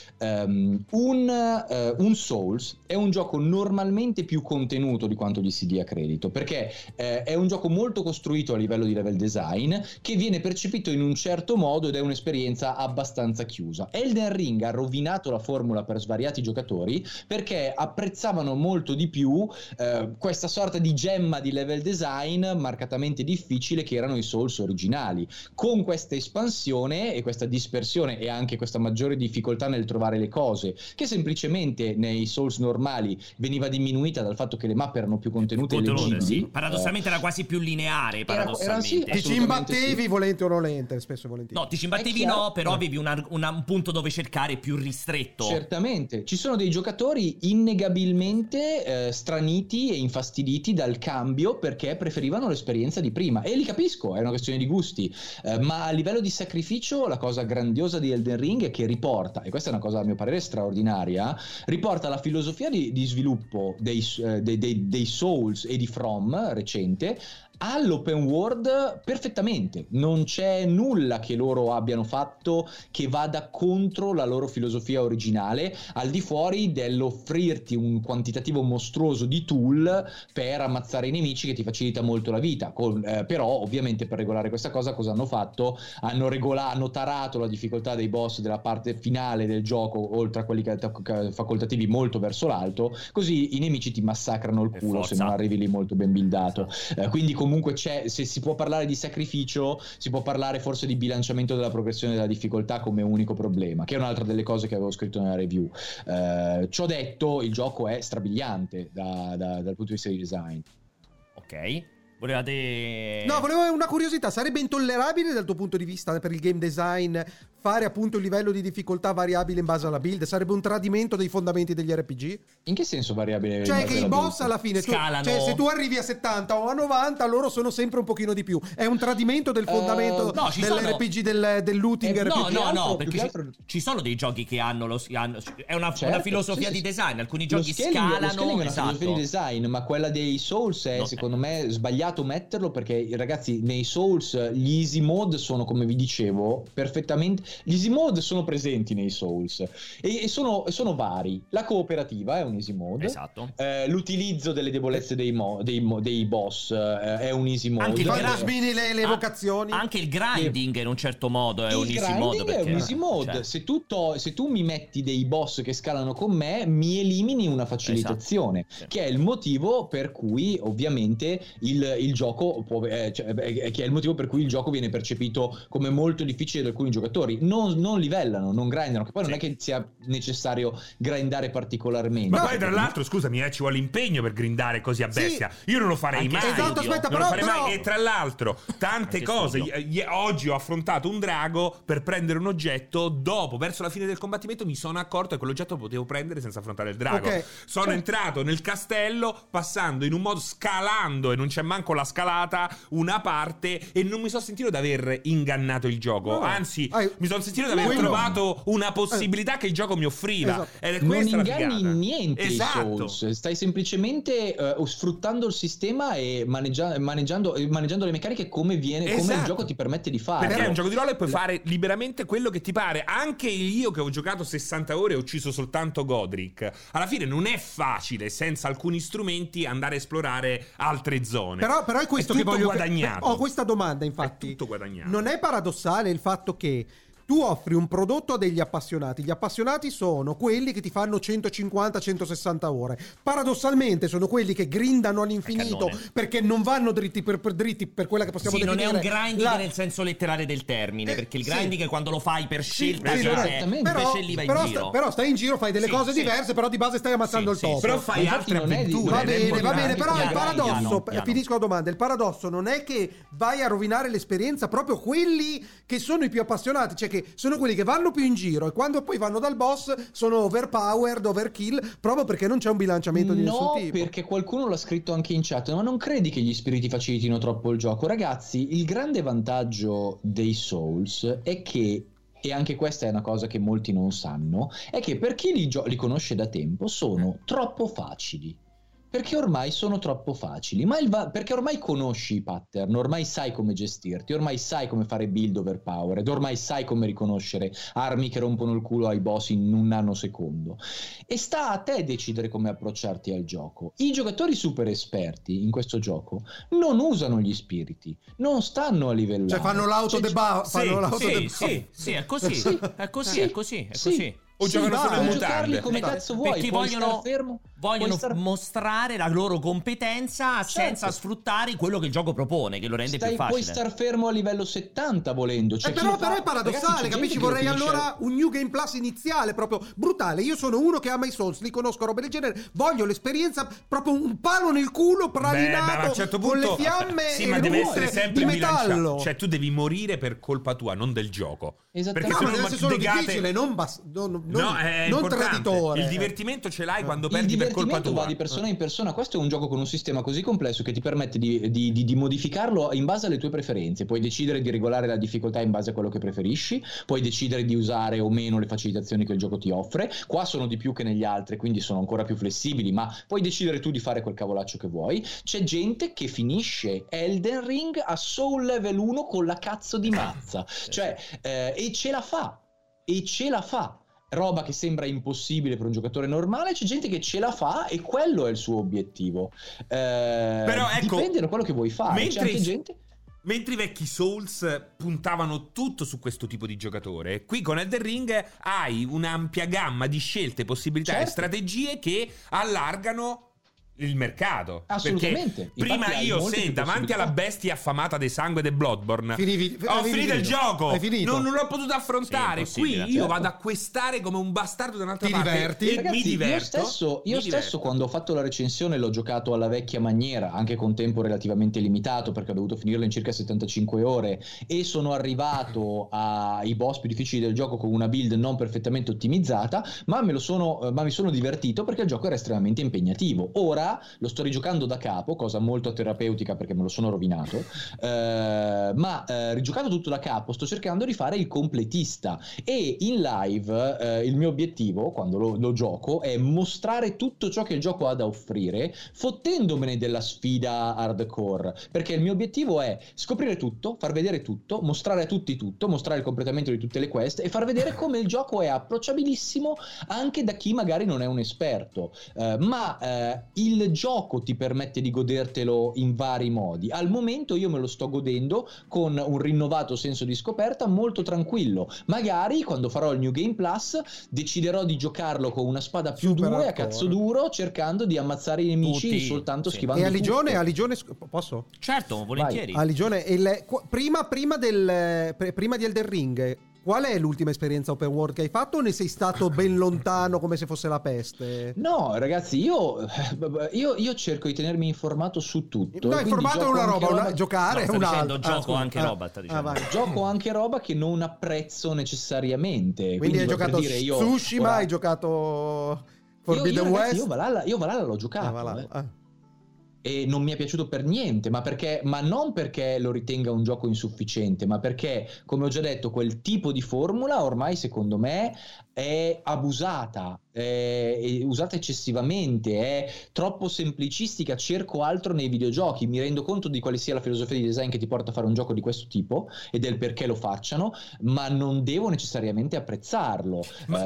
un Souls è un gioco normalmente più contenuto di quanto gli si dia credito, perché è un gioco molto costruito a livello di level design, che viene percepito in un certo modo ed è un'esperienza abbastanza chiusa. Elden Ring ha rovinato la formula per svariati giocatori, perché apprezzavano molto di più questa sorta di gemma di level design marcatamente difficile che erano i Souls originali. Con questa espansione e questa dispersione e anche questa maggiore difficoltà nel trovare le cose, che semplicemente nei Souls normali veniva diminuita dal fatto che le mappe erano più contenute e leggibili. Sì. Paradossalmente era quasi più lineare, paradossalmente. Ti ci imbattevi volente o nolente, spesso e volentieri. No, ti ci imbattevi no, però avevi un punto dove cercare più ristretto. Certamente, ci sono dei giocatori innegabilmente straniti e infastiditi dal cambio, perché preferivano l'esperienza di prima, e li capisco, è una questione di gusti, ma a livello di sacrificio la cosa grandiosa di Elden Ring è che riporta, e questa è una cosa a mio parere straordinaria, riporta la filosofia di sviluppo dei Souls e di From recente all'open world perfettamente. Non c'è nulla che loro abbiano fatto che vada contro la loro filosofia originale, al di fuori dell'offrirti un quantitativo mostruoso di tool per ammazzare i nemici, che ti facilita molto la vita. Però ovviamente per regolare questa cosa hanno fatto? Hanno tarato la difficoltà dei boss della parte finale del gioco, oltre a quelli facoltativi, molto verso l'alto, così i nemici ti massacrano il culo se non arrivi lì molto ben buildato. Quindi comunque se si può parlare di sacrificio, si può parlare forse di bilanciamento della progressione della difficoltà come unico problema, che è un'altra delle cose che avevo scritto nella review. Ciò detto, il gioco è strabiliante dal punto di vista di design. Ok. Volevate... No, volevo una curiosità. Sarebbe intollerabile dal tuo punto di vista per il game design fare appunto il livello di difficoltà variabile in base alla build? Sarebbe un tradimento dei fondamenti degli RPG? In che senso variabile? Cioè che i boss alla fine scalano. cioè se tu arrivi a 70 o a 90 loro sono sempre un pochino di più. È un tradimento del fondamento dell'RPG, del looting RPG? No, perché ci sono dei giochi che hanno è una filosofia di design. Alcuni giochi scalano. Lo scaling è una esatto. filosofia di design, ma quella dei Souls è secondo me sbagliato metterlo, perché ragazzi nei Souls gli easy mode sono, come vi dicevo, perfettamente, gli easy mode sono presenti nei Souls e sono vari. La cooperativa è un easy mode, esatto. L'utilizzo delle debolezze dei boss è un easy mode, anche le evocazioni, anche il grinding in un certo modo è un easy mode, perché, è un easy mode. Cioè. Se tu mi metti dei boss che scalano con me, mi elimini una facilitazione, esatto. Che è il motivo per cui ovviamente il gioco che è il motivo per cui il gioco viene percepito come molto difficile da alcuni giocatori. Non livellano, non grindano, che poi non è che sia necessario grindare particolarmente. Ma poi tra l'altro, scusami, ci vuole impegno per grindare così a bestia. Io non lo farei mai. Esatto, aspetta, non lo farei mai. E tra l'altro tante cose. Oggi ho affrontato un drago per prendere un oggetto. Dopo, verso la fine del combattimento, mi sono accorto che quell'oggetto lo potevo prendere senza affrontare il drago. Sono entrato nel castello passando in un modo, scalando, e non c'è manco la scalata, una parte, e non mi sono sentito di aver ingannato il gioco. Anzi, mi sono sentito di aver trovato una possibilità che il gioco mi offriva. Esatto. Ed è non questa inganni la niente. Esatto. Souls. Stai semplicemente sfruttando il sistema e maneggiando le meccaniche come il gioco ti permette di fare. Perché è un gioco di ruolo e puoi fare liberamente quello che ti pare. Anche io che ho giocato 60 ore e ho ucciso soltanto Godric, alla fine non è facile senza alcuni strumenti andare a esplorare altre zone. Però è questo è che voglio guadagnato. Ho questa domanda, infatti. È tutto guadagnato. Non è paradossale il fatto che tu offri un prodotto a degli appassionati. Gli appassionati sono quelli che ti fanno 150-160 ore. Paradossalmente sono quelli che grindano all'infinito perché non vanno dritti per quella che possiamo definire. Non è un grinding nel senso letterale del termine, perché il grinding è quando lo fai per scelta, invece lì vai in giro. Però stai in giro, fai delle cose diverse, però di base stai ammazzando il topo. Però fai altre avventure. Va bene, però il paradosso, finisco la domanda, il paradosso non è che vai a rovinare l'esperienza proprio quelli che sono i più appassionati, cioè che sono quelli che vanno più in giro e quando poi vanno dal boss sono overpowered, overkill, proprio perché non c'è un bilanciamento di nessun tipo. No, perché qualcuno l'ha scritto anche in chat, ma non credi che gli spiriti facilitino troppo il gioco? Ragazzi, il grande vantaggio dei Souls è che, e anche questa è una cosa che molti non sanno, è che per chi li conosce da tempo sono troppo facili. Perché ormai sono troppo facili, perché ormai conosci i pattern, ormai sai come gestirti, ormai sai come fare build overpowered, ormai sai come riconoscere armi che rompono il culo ai boss in un nanosecondo. E sta a te decidere come approcciarti al gioco. I giocatori super esperti in questo gioco non usano gli spiriti, non stanno a livellare. Cioè fanno l'autodebuff. Sì, è così. O giocano solo in mutande. Come cazzo vuoi? Perché vogliono mostrare la loro competenza senza sfruttare quello che il gioco propone, che lo rende più facile. Puoi star fermo a livello 70 volendo. Però è paradossale, capisci? Vorrei allora un New Game Plus iniziale, proprio brutale. Io sono uno che ama i Souls, li conosco, robe del genere. Voglio l'esperienza, proprio un palo nel culo, pralinato, a un certo punto, con le fiamme sì, ma deve essere sempre di metallo. Cioè tu devi morire per colpa tua, non del gioco. Esattamente. Perché deve essere solo difficile, non traditore. Il divertimento ce l'hai quando perdi per colpa tua. Va di persona in persona. Questo è un gioco con un sistema così complesso che ti permette di modificarlo in base alle tue preferenze. Puoi decidere di regolare la difficoltà in base a quello che preferisci, puoi decidere di usare o meno le facilitazioni che il gioco ti offre. Qua sono di più che negli altri, quindi sono ancora più flessibili, ma puoi decidere tu di fare quel cavolaccio che vuoi. C'è gente che finisce Elden Ring a Soul Level 1 con la cazzo di mazza, cioè e ce la fa. Roba che sembra impossibile per un giocatore normale, c'è gente che ce la fa e quello è il suo obiettivo. Però ecco, dipende da quello che vuoi fare. C'è anche gente... Mentre i vecchi Souls puntavano tutto su questo tipo di giocatore, qui con Elden Ring hai un'ampia gamma di scelte, possibilità e strategie che allargano il mercato. Assolutamente. Perché prima io, se davanti alla bestia affamata di sangue del Bloodborne ho finito il gioco, non l'ho potuto affrontare. Qui io vado a questare come un bastardo da un'altra parte. Diverti. E ragazzi, mi diverto. Io stesso quando ho fatto la recensione l'ho giocato alla vecchia maniera, anche con tempo relativamente limitato, perché ho dovuto finirlo in circa 75 ore e sono arrivato ai boss più difficili del gioco con una build non perfettamente ottimizzata, ma mi sono divertito perché il gioco era estremamente impegnativo. Ora lo sto rigiocando da capo, cosa molto terapeutica perché me lo sono rovinato, ma rigiocato tutto da capo sto cercando di fare il completista, e in live il mio obiettivo quando lo gioco è mostrare tutto ciò che il gioco ha da offrire, fottendomene della sfida hardcore, perché il mio obiettivo è scoprire tutto, far vedere tutto, mostrare a tutti tutto, mostrare il completamento di tutte le quest e far vedere come il gioco è approcciabilissimo anche da chi magari non è un esperto, ma il gioco ti permette di godertelo in vari modi. Al momento io me lo sto godendo con un rinnovato senso di scoperta, molto tranquillo. Magari quando farò il New Game Plus deciderò di giocarlo con una spada più Super 2 a hardcore. cazzo duro, cercando di ammazzare i nemici Tutti, soltanto sì. schivando E tutto. a Ligione posso? Certo, volentieri. A Ligione, prima di Elden Ring, qual è l'ultima esperienza open world che hai fatto, o ne sei stato ben lontano come se fosse la peste? No, ragazzi, io cerco di tenermi informato su tutto. No, e quindi informato è gioco una anche roba, giocare è No, sto dicendo un'altra. gioco scusa. anche roba, sta dicendo. vai. Gioco anche roba che non apprezzo necessariamente. Quindi hai per giocato dire, io Tsushima, ora- hai giocato Forbidden ragazzi, West? io Valhalla l'ho giocato. Valhalla. Ah. E non mi è piaciuto per niente, ma non perché lo ritenga un gioco insufficiente, ma perché, come ho già detto, quel tipo di formula ormai secondo me è abusata, è usata eccessivamente, è troppo semplicistica. Cerco altro nei videogiochi, mi rendo conto di quale sia la filosofia di design che ti porta a fare un gioco di questo tipo e del perché lo facciano, ma non devo necessariamente apprezzarlo.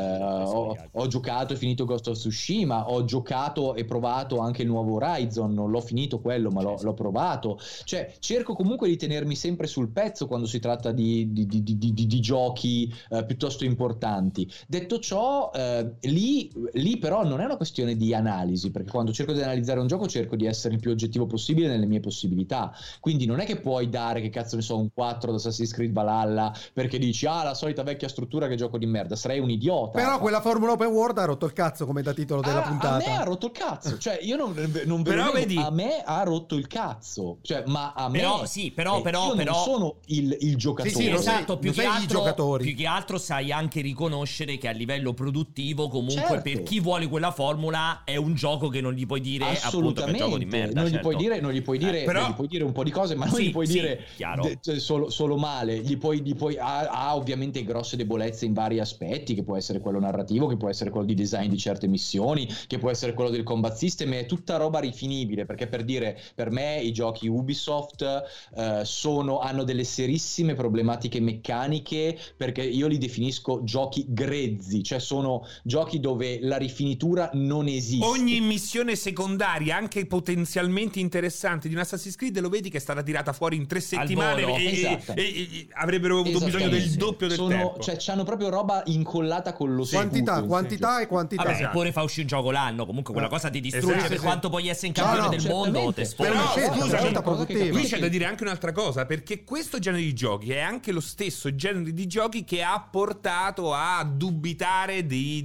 Ho giocato e finito Ghost of Tsushima, ho giocato e provato anche il nuovo Horizon, non l'ho finito quello, ma l'ho provato. Cioè cerco comunque di tenermi sempre sul pezzo quando si tratta di giochi piuttosto importanti. Detto ciò, lì però non è una questione di analisi, perché quando cerco di analizzare un gioco cerco di essere il più oggettivo possibile nelle mie possibilità, quindi non è che puoi dare, che cazzo ne so, un 4 ad Assassin's Creed Valhalla perché dici la solita vecchia struttura, che gioco di merda, sarei un idiota. Però quella formula open world ha rotto il cazzo come da titolo della puntata. A me ha rotto il cazzo, cioè io non Però vedi, a me ha rotto il cazzo, cioè, ma a me però io non sono il giocatore. Sì, esatto, più che altro sai anche riconoscere che a livello produttivo comunque Certo. per chi vuole quella formula è un gioco che non gli puoi dire appunto che è un gioco di merda. Non gli puoi dire però, gli puoi dire un po' di cose, ma non gli puoi dire solo male. Gli puoi ha ovviamente grosse debolezze in vari aspetti, che può essere quello narrativo, che può essere quello di design di certe missioni, che può essere quello del combat system. È tutta roba rifinibile, perché per me i giochi Ubisoft hanno delle serissime problematiche meccaniche, perché io li definisco giochi grezzi, cioè sono giochi dove la rifinitura non esiste. Ogni missione secondaria, anche potenzialmente interessante, di un Assassin's Creed, lo vedi che è stata tirata fuori in 3 settimane e avrebbero avuto bisogno del doppio del tempo. Cioè c'hanno proprio roba incollata con lo scudo. Quantità e quantità. Vabbè, eppure fa uscire un gioco l'anno, comunque quella cosa ti distrugge per quanto puoi essere in campione del mondo. Però scusami, produttiva. qui c'è da dire anche un'altra cosa, perché questo genere di giochi è anche lo stesso genere di giochi che ha portato a dubitare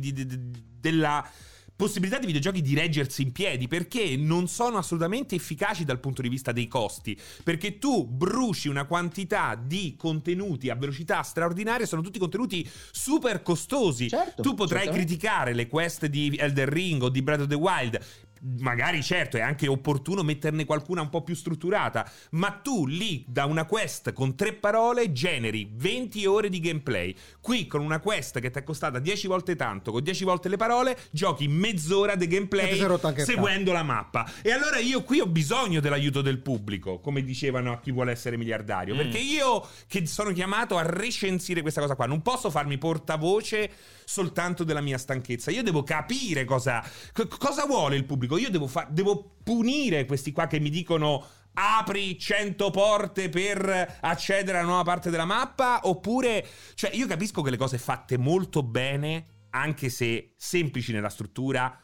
della possibilità di videogiochi di reggersi in piedi, perché non sono assolutamente efficaci dal punto di vista dei costi, perché tu bruci una quantità di contenuti a velocità straordinaria, sono tutti contenuti super costosi. Certo, tu potrai criticare le quest di Elden Ring o di Breath of the Wild, magari certo è anche opportuno metterne qualcuna un po' più strutturata, ma tu lì da una quest con 3 parole generi 20 ore di gameplay. Qui con una quest che ti è costata 10 volte tanto, con 10 volte le parole, giochi mezz'ora di gameplay seguendo la mappa. E allora io qui ho bisogno dell'aiuto del pubblico, come dicevano a Chi vuole essere miliardario, perché io che sono chiamato a recensire questa cosa qua non posso farmi portavoce soltanto della mia stanchezza. Io devo capire cosa vuole il pubblico. Io devo punire questi qua che mi dicono apri 100 porte per accedere alla nuova parte della mappa, oppure, cioè io capisco che le cose fatte molto bene, anche se semplici nella struttura,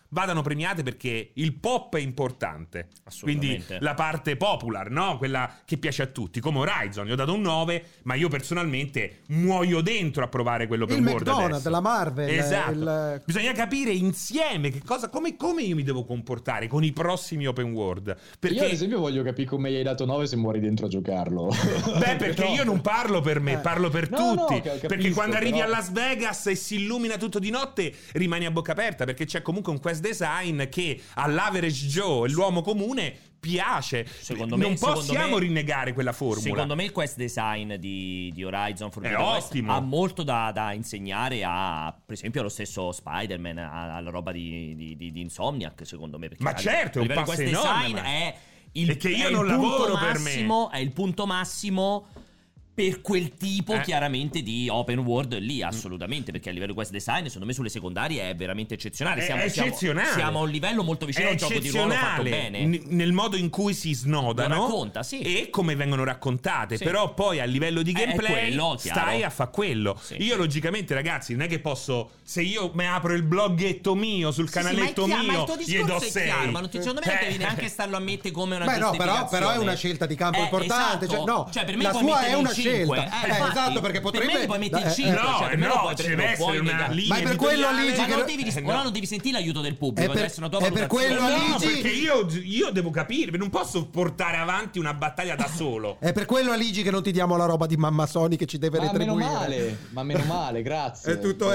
vadano premiate perché il pop è importante. Assolutamente. Quindi la parte popular, no? Quella che piace a tutti. Come Horizon, gli ho dato un 9, ma io personalmente muoio dentro a provare quello per Il World McDonald's, adesso. la Marvel. Esatto. Bisogna capire insieme che cosa, come io mi devo comportare con i prossimi open world. Perché Io ad esempio voglio capire come gli hai dato 9 se muori dentro a giocarlo. Beh, perché io non parlo per me, parlo per tutti. Capisco, perché quando arrivi però... a Las Vegas e si illumina tutto di notte, rimani a bocca aperta, perché c'è comunque un quest design che all'average Joe, l'uomo comune, piace. Non possiamo rinnegare quella formula. Secondo me il quest design di Horizon Forbidden è West ottimo. ha molto da insegnare a, per esempio, allo stesso Spider-Man, alla roba di Insomniac, secondo me. Perché Ma certo, è un livello passo quest enorme, design ma... è che io è non il punto lavoro per me. massimo, è il punto massimo per quel tipo chiaramente di open world lì, assolutamente, perché a livello quest design secondo me sulle secondarie è veramente eccezionale. È eccezionale. Siamo a un livello molto vicino a un gioco di ruolo fatto bene. Nel modo in cui si snodano, lo racconta, sì. E come vengono raccontate. Sì. Però poi a livello di gameplay quello, stai a fare quello. Sì. Io logicamente, ragazzi, non è che posso, se io mi apro il bloggetto mio sul canaletto ma mio, gli do do 6. chiaro, ma secondo me non devi neanche starlo a mettere come una giustificazione. Però è una scelta di campo importante. Esatto. Cioè, per me la puoi sua mettere è una il 5. scelta. Esatto, perché potrebbe... Per me li puoi mettere il 5. No, ci deve essere una linea. Ma è per quello editoriale. Luigi Ma non devi sentire l'aiuto del pubblico, deve essere una tua è per valutazione. quello No, Aligi... perché io devo capire, non posso portare avanti una battaglia da solo. È per quello Aligi che non ti diamo la roba di Mamma Sony che ci deve retribuire. Ma meno male, grazie. Tutto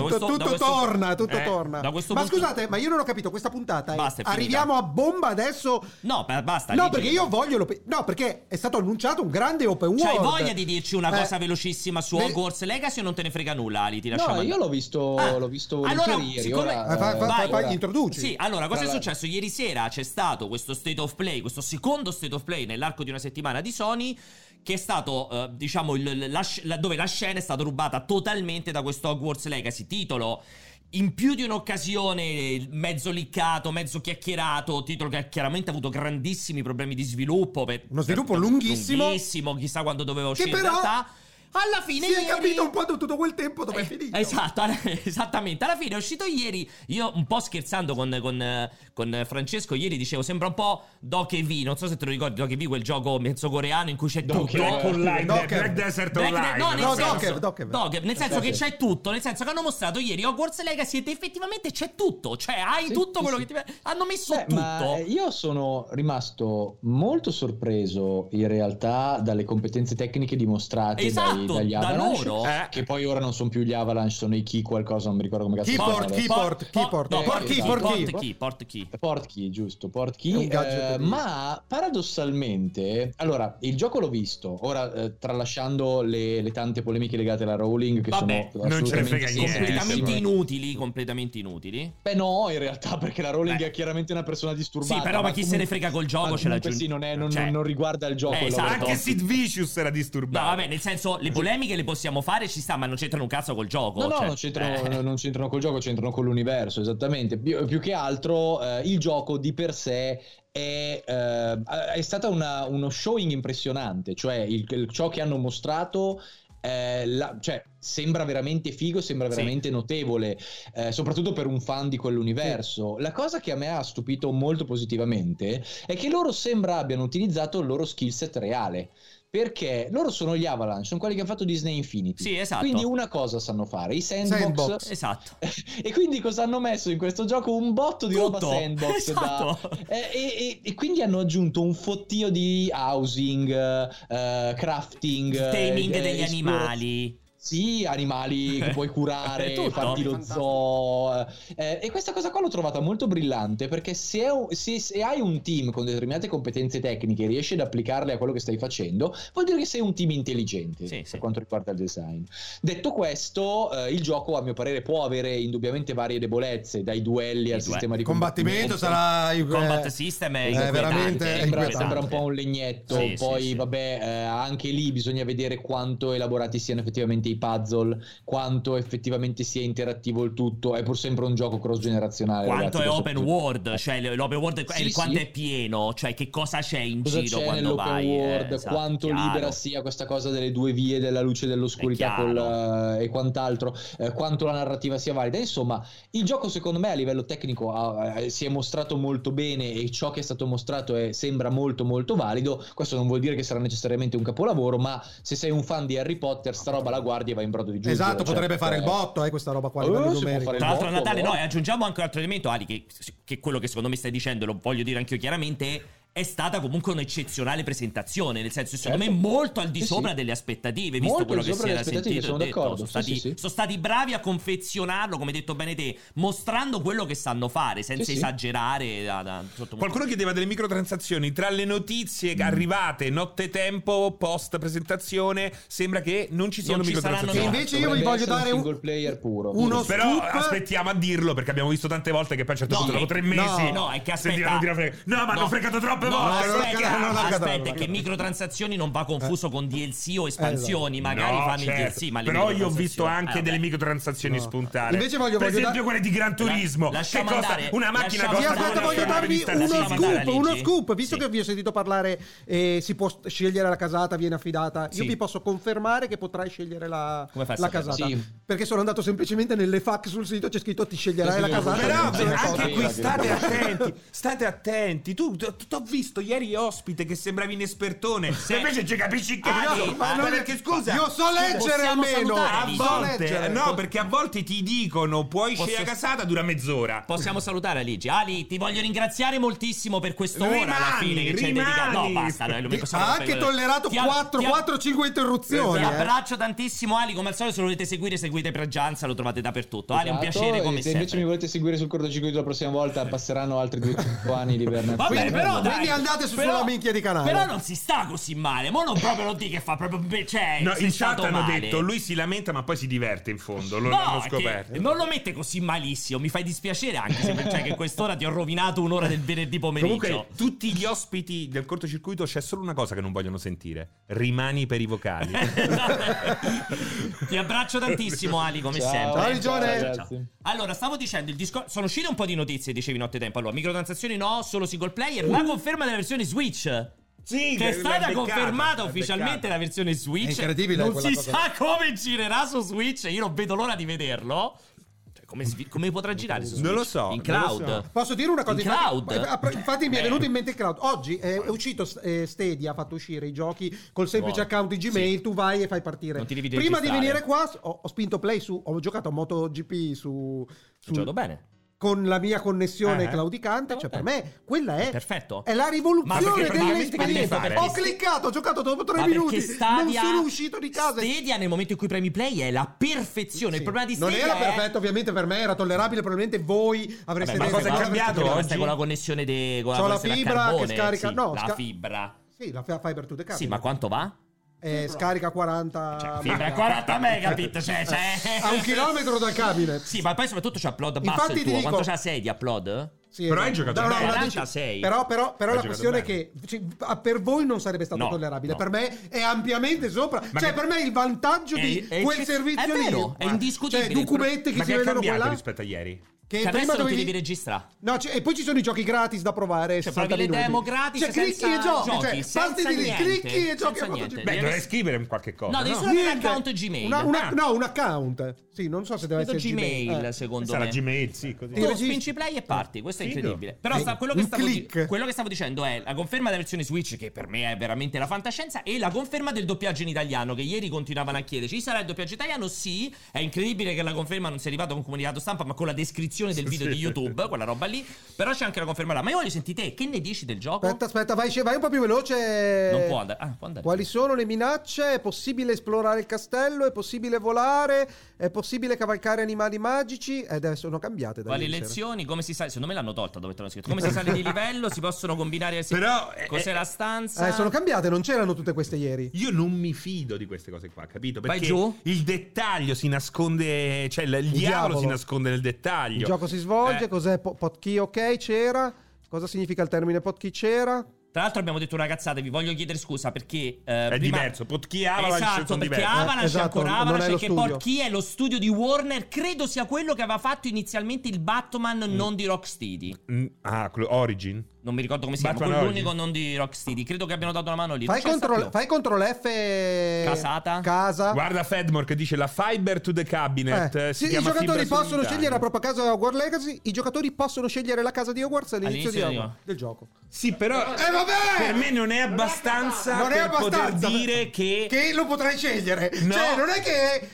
torna. Da questo Ma punto... scusate, ma io non ho capito questa puntata. Basta, è arriviamo a bomba adesso? No, basta. No, Aligi. perché io voglio No, perché è stato annunciato un grande open world. C'hai voglia di dirci una cosa velocissima su le- Hogwarts Legacy o non te ne frega nulla, Ali? Ti No, lasciamo io l'ho visto allora, volentieri ieri. siccome... Fai gli introduci. Sì, allora, cosa è Tra successo? Ieri sera c'è stato questo State of Play, questo secondo State of Play nell'arco di una settimana di Sony, che è stato, diciamo, dove la scena è stata rubata totalmente da questo Hogwarts Legacy, titolo in più di un'occasione mezzo liccato, mezzo chiacchierato, titolo che ha chiaramente avuto grandissimi problemi di sviluppo. Uno sviluppo lunghissimo, chissà quando doveva uscire che però in realtà. Alla fine si ieri... è capito un po' tutto quel tempo dove è finito. Esatto, esattamente. Alla fine è uscito ieri. Io un po' scherzando con Francesco ieri dicevo sembra un po' Dokev. Non so se te lo ricordi, Dokev, quel gioco mezzo coreano in cui c'è tutto. Black Desert Online. Dokev. Nel senso che c'è tutto. Nel senso che hanno mostrato ieri Hogwarts Legacy ed effettivamente c'è tutto. Cioè hai tutto quello che ti... Hanno messo tutto. Ma io sono rimasto molto sorpreso in realtà dalle competenze tecniche dimostrate dagli da Avalanche, loro. Che poi ora non sono più gli Avalanche, sono i Key qualcosa, non mi ricordo come cazzo si chiama. Portkey, giusto, Portkey. Ma paradossalmente, allora, il gioco l'ho visto. Ora, tralasciando le tante polemiche legate alla Rowling, che Vabbè, sono non ce ne frega niente. completamente inutili. Beh, no, in realtà, perché la Rowling è chiaramente una persona disturbata. Sì, però ma chi se ne frega col gioco ce l'ha giù. Sì, non riguarda il gioco. Esatto. Anche Sid Vicious era disturbato. No, vabbè, nel senso, le polemiche le possiamo fare, ci sta, ma non c'entrano un cazzo col gioco. No, non c'entrano col gioco, c'entrano con l'universo, esattamente. Più che altro, il gioco di per sé è stata uno showing impressionante. Cioè, ciò che hanno mostrato... cioè sembra veramente figo, sembra veramente notevole, soprattutto per un fan di quell'universo. La cosa che a me ha stupito molto positivamente è che loro sembra abbiano utilizzato il loro skill set reale, perché loro sono gli Avalanche, sono quelli che hanno fatto Disney Infinity. Sì, esatto. Quindi una cosa sanno fare, i sandbox. Esatto. E quindi cosa hanno messo in questo gioco? Un botto di roba sandbox. Esatto. E quindi hanno aggiunto un fottio di housing, crafting, taming degli animali. Sì, animali che puoi curare, farti lo zoo. E questa cosa qua l'ho trovata molto brillante, perché se hai un team con determinate competenze tecniche e riesci ad applicarle a quello che stai facendo, vuol dire che sei un team intelligente per quanto riguarda il design. Detto questo, il gioco a mio parere può avere indubbiamente varie debolezze, dai duelli al sistema di combattimento. Sarà il combat system è veramente sembra un po' un legnetto. Poi vabbè, anche lì bisogna vedere quanto elaborati siano effettivamente i dei puzzle, quanto effettivamente sia interattivo il tutto. È pur sempre un gioco cross generazionale, quanto ragazzi, è open world, cioè l'open world quanto è pieno, cioè che cosa c'è in giro c'è quando vai, world, esatto, quanto chiaro. libera sia questa cosa delle due vie della luce e dell'oscurità e quant'altro, quanto la narrativa sia valida. Insomma, il gioco secondo me a livello tecnico si è mostrato molto bene, e ciò che è stato mostrato sembra molto molto valido. Questo non vuol dire che sarà necessariamente un capolavoro, ma se sei un fan di Harry Potter, sta roba la guardi e va in brodo di giugno. Esatto, potrebbe fare il botto, questa roba qua a livello numerico. Tra l'altro a Natale, no, e aggiungiamo anche un altro elemento, Ali, che quello che secondo me stai dicendo, lo voglio dire anch'io chiaramente, è stata comunque un'eccezionale presentazione, nel senso, secondo me molto al di sopra delle aspettative, visto molto quello che si era sentito. sono d'accordo. Sono stati bravi a confezionarlo, come hai detto bene te, mostrando quello che sanno fare, senza esagerare. Qualcuno chiedeva delle microtransazioni tra le notizie arrivate nottetempo post presentazione. Sembra che non ci siano microtransazioni. E invece io vi voglio dare un single player puro. Uno però scoop. aspettiamo a dirlo, perché abbiamo visto tante volte che poi a un certo punto dopo 3 mesi è che aspetta, no, ma hanno fregato troppe volte. Aspetta, che microtransazioni non va confuso con DLC o espansioni, magari fanno il DLC, ma però io ho visto anche delle microtransazioni spuntare. Invece voglio per esempio quelle di Gran Turismo, che costa una macchina costa. Voglio darvi uno scoop, visto che vi ho sentito parlare, si può scegliere la casata, viene affidata. Io vi posso confermare che potrai scegliere la casata, perché sono andato semplicemente nelle FAQ sul sito, c'è scritto ti sceglierai la casata. Però anche qui state attenti. Tu t'ho visto ieri ospite che sembravi inespertone, se invece ci capisci che perché scusa, io so leggere almeno a volte, no, perché a volte ti dicono puoi scegliere la casata, dura mezz'ora. Possiamo salutare Aligi. Ali, ti voglio ringraziare moltissimo per quest'ora alla fine che ci hai dedicato. No, basta, ha anche tollerato 4-5 interruzioni. Ti abbraccio tantissimo, Ali, come al solito. Se lo volete seguire, seguite Pregianza, lo trovate dappertutto. Ali, è un piacere come se sempre. invece mi volete seguire sul cortocircuito la prossima volta, passeranno altri 2 anni di Bernet. Va bene, però quindi andate sulla minchia di canale. Però non si sta così male, ma non proprio lo dico che fa proprio, cioè, no, in chat hanno male. detto lui si lamenta ma poi si diverte in fondo, l'hanno scoperto. Non lo mette così malissimo, mi fai dispiacere anche se cioè che quest'ora ti ho rovinato un'ora del venerdì pomeriggio. Comunque tutti gli ospiti del cortocircuito c'è solo una cosa che non vogliono sentire: rimani per i vocali. Ti abbraccio tantissimo, Ali, come sempre. Ciao Ligione. Allora, stavo dicendo, il discorso, sono uscite un po' di notizie, dicevi nottetempo. Allora, microtransazioni no, solo single player. La conferma della versione Switch. Sì, che è stata confermata ufficialmente la versione Switch. È incredibile. Non si sa come girerà su Switch. Io non vedo l'ora di vederlo. Come potrà girare su Switch? Non lo so. In cloud. Posso dire una cosa? In cloud. Infatti mi è venuto in mente il cloud. Oggi è uscito Stadia, ha fatto uscire i giochi col semplice account di Gmail. Tu vai e fai partire. Non ti devi Prima di registrare. venire qua ho spinto play ho giocato a MotoGP Ho giocato bene. con la mia connessione claudicante, cioè per me quella è perfetto. È la rivoluzione dell'esperienza. fare? Ho cliccato, ho giocato dopo 3 minuti, Stadia, non sono uscito di casa. Stadia nel momento in cui premi play è la perfezione. Il problema di non Stadia era perfetto, ovviamente per me era tollerabile, probabilmente voi avreste ma detto cosa è cambiato oggi? Stai con la connessione con C'ho la connessione a fibra carbone, che scarica, sì, no, la fibra. Sì, la fiber to the cabinet. Sì, ma quanto va? Scarica 40 Fibra 40 megabit, cioè a 1 chilometro dal cabinet. Sì, ma poi soprattutto c'è upload basso Infatti il ti tuo. dico- Quanto c'ha 6 di upload? Sì, Però esatto. hai giocato No, bene. 46. Però la giocato questione è bene. che per voi non sarebbe stato No, tollerabile. no. Per me è ampiamente sopra. Ma cioè, che- per me il vantaggio di quel servizio è vero, lì. è indiscutibile. Cioè, documente che Ma si che è vedono cambiato qua e là. rispetto a ieri? Che Cioè, prima adesso non ti dovevi... devi registrare. No, e poi ci sono i giochi gratis da provare. Cioè, 60 provi le minuti. demo gratis Cioè, clicchi senza e giochi. giochi, Cioè, senza basti di lì, niente, clicchi e giochi senza a niente. MotoGP. Beh, dovrei scrivere qualche cosa. No, devi no? solo avere Niente. l'account Gmail. No, un account. Sì, non so se deve Credo essere Gmail, secondo Sarà me. Gmail, sì, così. Sì. Tu registri. spingi play e parti, questo è Figo. incredibile. Però quello, un click. quello che stavo dicendo è la conferma della versione Switch, che per me è veramente la fantascienza, e la conferma del doppiaggio in italiano, che ieri continuavano a chiederci: ci sarà il doppiaggio italiano? Sì. È incredibile che la conferma non sia arrivata con un comunicato stampa, ma con la descrizione del video di YouTube, quella roba lì. Però c'è anche la conferma là. Ma io voglio sentire te, che ne dici del gioco? Aspetta, vai un po' più veloce. Non può andare. Può andare. Quali sono le minacce? È possibile esplorare il castello? È possibile volare? È possibile cavalcare animali magici? Sono cambiate da Quali ieri sera. lezioni? Come si sale? Secondo me l'hanno tolta dove te l'hanno scritto. Come si sale di livello? Si possono combinare. Però cos'è la stanza? Sono cambiate, non c'erano tutte queste ieri. io non mi fido di queste cose qua, capito? Vai Perché giù? il dettaglio si nasconde, cioè il diavolo si nasconde nel dettaglio. Il gioco si svolge, cos'è potkey? Ok, c'era. Cosa significa il termine potkey? C'era. Tra l'altro abbiamo detto una cazzata, vi voglio chiedere scusa perché è prima... diverso, Potchi Avalanche esatto, sono perché diversi. Avalanche Esatto, ancora non è Avalanche, lo che studio. poi chi è lo studio di Warner, credo sia quello che aveva fatto inizialmente il Batman non di Rocksteady. Origin? Non mi ricordo come si chiama, Batman quello l'unico non di Rocksteady. Credo che abbiano dato una mano lì. Fai control F. Casata. Casa. Guarda Fedmore che dice la fiber to the cabinet. Sì, i chiama giocatori fibra possono solitaria. scegliere la propria casa di Hogwarts Legacy. I giocatori possono scegliere la casa di Hogwarts all'inizio del gioco. Sì, però vabbè! per me non è abbastanza Non è per abbastanza poter dire che lo potrai scegliere. No. Cioè, non è che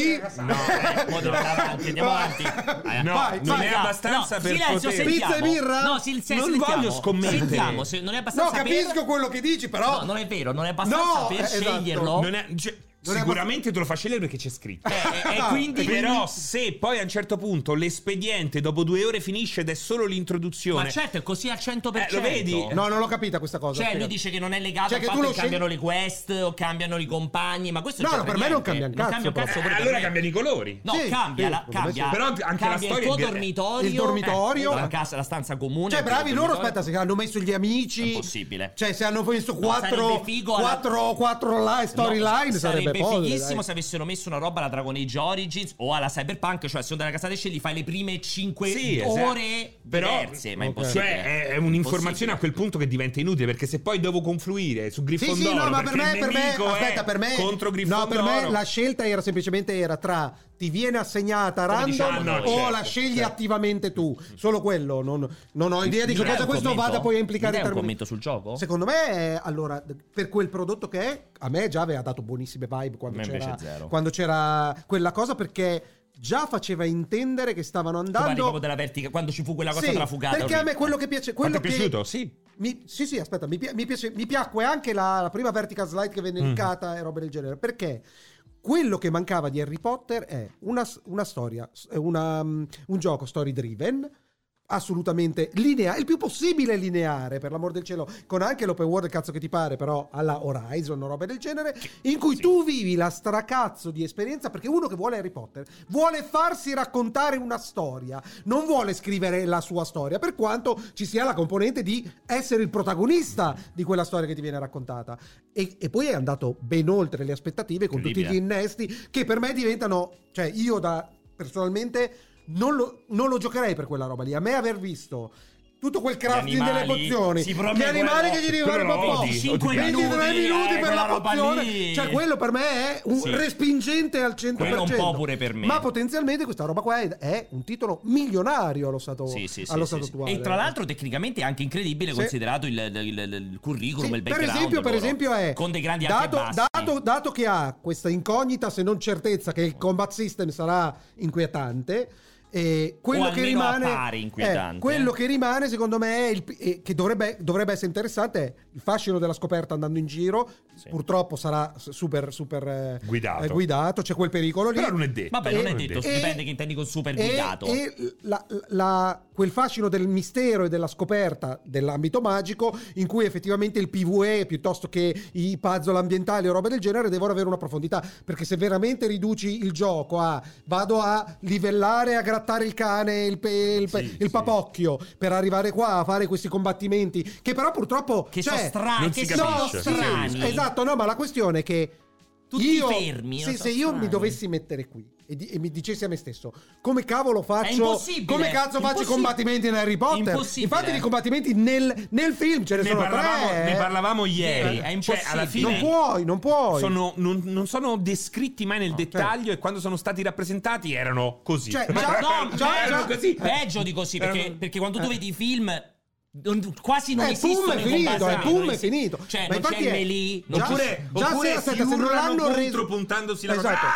Andiamo avanti. no, Vai, non vai. è abbastanza per silenzio, poter Pizza e birra? No, Non sentiamo. voglio scommettere. Sentiamo, non è abbastanza No, capisco quello che dici, però No, non è vero, non è abbastanza No, per esatto. sceglierlo. Non è, sicuramente te lo fa scegliere perché c'è scritto. E quindi Però se poi a un certo punto l'espediente dopo 2 ore finisce ed è solo l'introduzione, Ma certo, è così al 100%. lo vedi? No, non l'ho capita questa cosa. Cioè, lui spiegati. dice che non è legato Cioè, al che fatto tu che lo cambiano le quest o cambiano i compagni, ma questo No, non no, c'entra per me non niente. cambia un Non cambia un cazzo cazzo pure allora per me. cambiano i colori. No, Sì, cambia, sì, cambia. Però anche la Cambia storia il tuo è dormitorio. Il dormitorio. La casa, la stanza comune. Cioè, bravi il loro, dormitorio. aspetta, se hanno messo gli amici. È impossibile. Cioè, se hanno messo sarebbe figo quattro storyline, sarebbe fighissimo dai. se avessero messo una roba alla Dragon Age Origins o alla Cyberpunk, cioè se della casata scegli fai le prime 5 Sì, esatto. ore Però- diverse, ma è Ok. impossibile. Cioè è un'informazione a quel punto che diventa inutile, perché se poi devo confluire su Sì, Grifondoro sì, no, ma per perché me, il nemico aspetta, è per me, contro Grifondoro, no, per me la scelta era semplicemente tra ti viene assegnata Come random diciamo noi, o certo, la scegli certo. attivamente tu. Solo quello, non ho idea di che Non è cosa un questo commento? vada poi a implicare Non in è un termini. commento sul gioco? Secondo me, allora, per quel prodotto che è, a me già aveva dato buonissime vibe quando A me invece c'era, zero. quando c'era quella cosa, perché già faceva intendere che stavano Tu parli andando. proprio della vertica quando ci fu quella cosa Sì, trafugata. perché a me quello che piace, Ma quello ti è che piaciuto? Sì. sì, aspetta, mi piacque anche la prima vertical slide che venne linkata e roba del genere, perché quello che mancava di Harry Potter è una storia, un gioco story driven, assolutamente lineare, il più possibile lineare, per l'amor del cielo, con anche l'open world cazzo che ti pare, però alla Horizon o roba del genere, in cui tu vivi la stracazzo di esperienza, perché uno che vuole Harry Potter vuole farsi raccontare una storia, non vuole scrivere la sua storia, per quanto ci sia la componente di essere il protagonista di quella storia che ti viene raccontata, e poi è andato ben oltre le aspettative con tutti gli innesti che per me diventano, cioè io personalmente non lo giocherei per quella roba lì. A me aver visto tutto quel crafting delle pozioni, sì, gli proprio animali quello- che gli dicono quello lo po', odi. 25 23 minuti per quella la roba pozione, lì. cioè quello per me è un Sì. respingente al 100%. Quello un po' pure per me. Ma potenzialmente questa roba qua è un titolo milionario allo stato, Sì, allo stato attuale. E tra l'altro tecnicamente è anche incredibile Sì. considerato il curriculum, Sì, il per background esempio loro, è con dei grandi alti e bassi. dato che ha questa incognita, se non certezza, che il combat system sarà inquietante, quello O che almeno rimane appare inquietante. quello che rimane secondo me è che dovrebbe essere interessante è il fascino della scoperta andando in giro. Sì. Purtroppo sarà super guidato, c'è quel pericolo lì. Però non è detto. Vabbè, non è detto, e- dipende che intendi con super guidato. E quel fascino del mistero e della scoperta dell'ambito magico, in cui effettivamente il PvE piuttosto che i puzzle ambientali o roba del genere devono avere una profondità, perché se veramente riduci il gioco a vado a livellare, a grattare il cane, il papocchio per arrivare qua a fare questi combattimenti che però purtroppo Che cioè, sono strani, non che si sono capisce. strani. esatto, no, ma la questione è che Tutti io, fermi, non se so io mi strani. dovessi mettere qui e mi dicessi a me stesso come cavolo È faccio, impossibile. come cazzo faccio i combattimenti in Harry Potter, Impossibile. infatti i combattimenti nel film ce ne sono tre, Ne parlavamo ieri. È Cioè, alla fine non puoi non sono descritti mai nel dettaglio, e quando sono stati rappresentati erano così. Cioè, Erano così. Peggio di così, perché quando tu vedi i film quasi non Pum esistono è i finito, combattimenti, Pum non è esiste. finito. Cioè Ma non c'è infatti il è- melee, già Oppure aspetta, si se non urlano l'hanno contro reso puntandosi la esatto,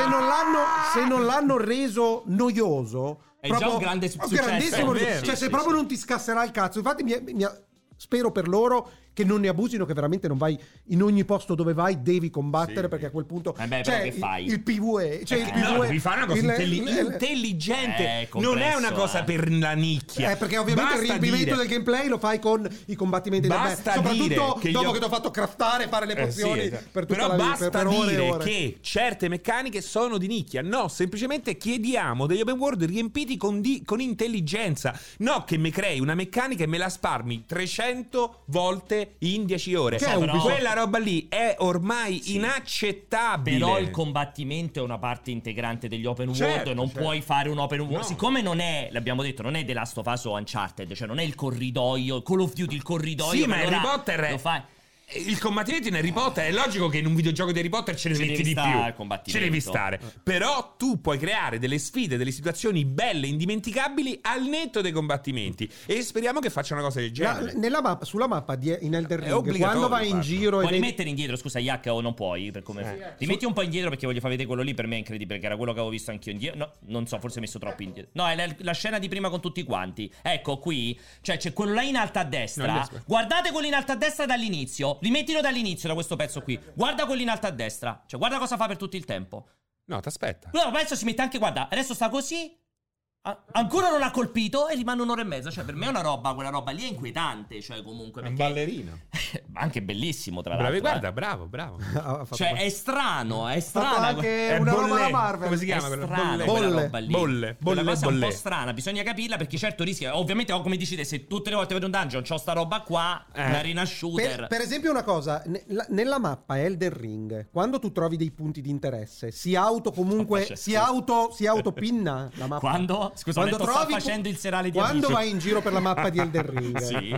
se non l'hanno reso noioso È già un grande successo, grandissimo, è vero. cioè Sì, se sì, proprio sì. non ti scasserà il cazzo, infatti spero per loro che non ne abusino, che veramente non vai in ogni posto dove vai devi combattere, perché a quel punto beh, però cioè, che fai? il PvE, cioè il No, PvE devi fare una cosa intelligente. Non è una complesso, cosa per la nicchia. perché ovviamente il Basta riempimento dire- del gameplay lo fai con i combattimenti del Basta soprattutto dire che dopo io- che ti ho fatto craftare, fare le pozioni Sì, esatto. per tutta Però la vita, basta per ore e dire ore. che certe meccaniche sono di nicchia. No, semplicemente chiediamo degli open world riempiti con intelligenza. No che mi crei una meccanica e me la sparmi 300 volte ore in 10 ore. Che è Ubisoft? Quella roba lì è ormai inaccettabile. Però il combattimento è una parte integrante degli open world, Certo, non certo. puoi fare un open world. No. Siccome non è, l'abbiamo detto, non è The Last of Us o Uncharted, cioè non è il corridoio, Call of Duty il corridoio. Sì, ma allora Harry Potter lo fai. il combattimento in Harry Potter è logico che in un videogioco di Harry Potter ce ne Ci metti devi di stare al più. combattimento. Ci devi stare. Però tu puoi creare delle sfide, delle situazioni belle, indimenticabili al netto dei combattimenti. E speriamo che faccia una cosa del genere. Nella mappa, sulla mappa in Elden Ring, obbligatorio quando vai in farlo. giro Puoi e vedi... rimettere indietro, scusa, Yak, o non puoi? Per come... Rimetti un po' indietro perché voglio far vedere quello lì, per me è incredibile, che era quello che avevo visto anch'io indietro. No, non so, forse ho messo troppo indietro. No, è la scena di prima con tutti quanti. Ecco, qui, cioè c'è quello là in alto a destra. Non riesco. Guardate quello in alto a destra dall'inizio. Rimettilo dall'inizio, da questo pezzo qui. Guarda quello in alto a destra. Cioè, guarda cosa fa per tutto il tempo. No, t'aspetta. No, adesso si mette anche, guarda, adesso sta così. Ancora non ha colpito e rimane un'ora e mezza. Cioè, per me è una roba, quella roba lì è inquietante. Cioè, comunque. È un perché... ballerino. Ma anche bellissimo, tra Bravi, l'altro. guarda, bravo. Ha fatto- Cioè, è strano, è ha fatto strana. anche È una roba bolle. da Marvel. Come si È chiama quella? strana Bolle. quella roba lì. Bolle. Quella cosa è un Bolle. po' strana, bisogna capirla perché certo rischia. Ovviamente, come dici te, se tutte le volte vedo un dungeon c'ho sta roba qua, l'arena shooter. Per esempio una cosa, nella mappa Elden Ring, quando tu trovi dei punti di interesse, si autopinna la mappa. Quando? Scusa, ho detto, sta facendo il serale di quando amici. vai in giro per la mappa di Elden Ring. Sì.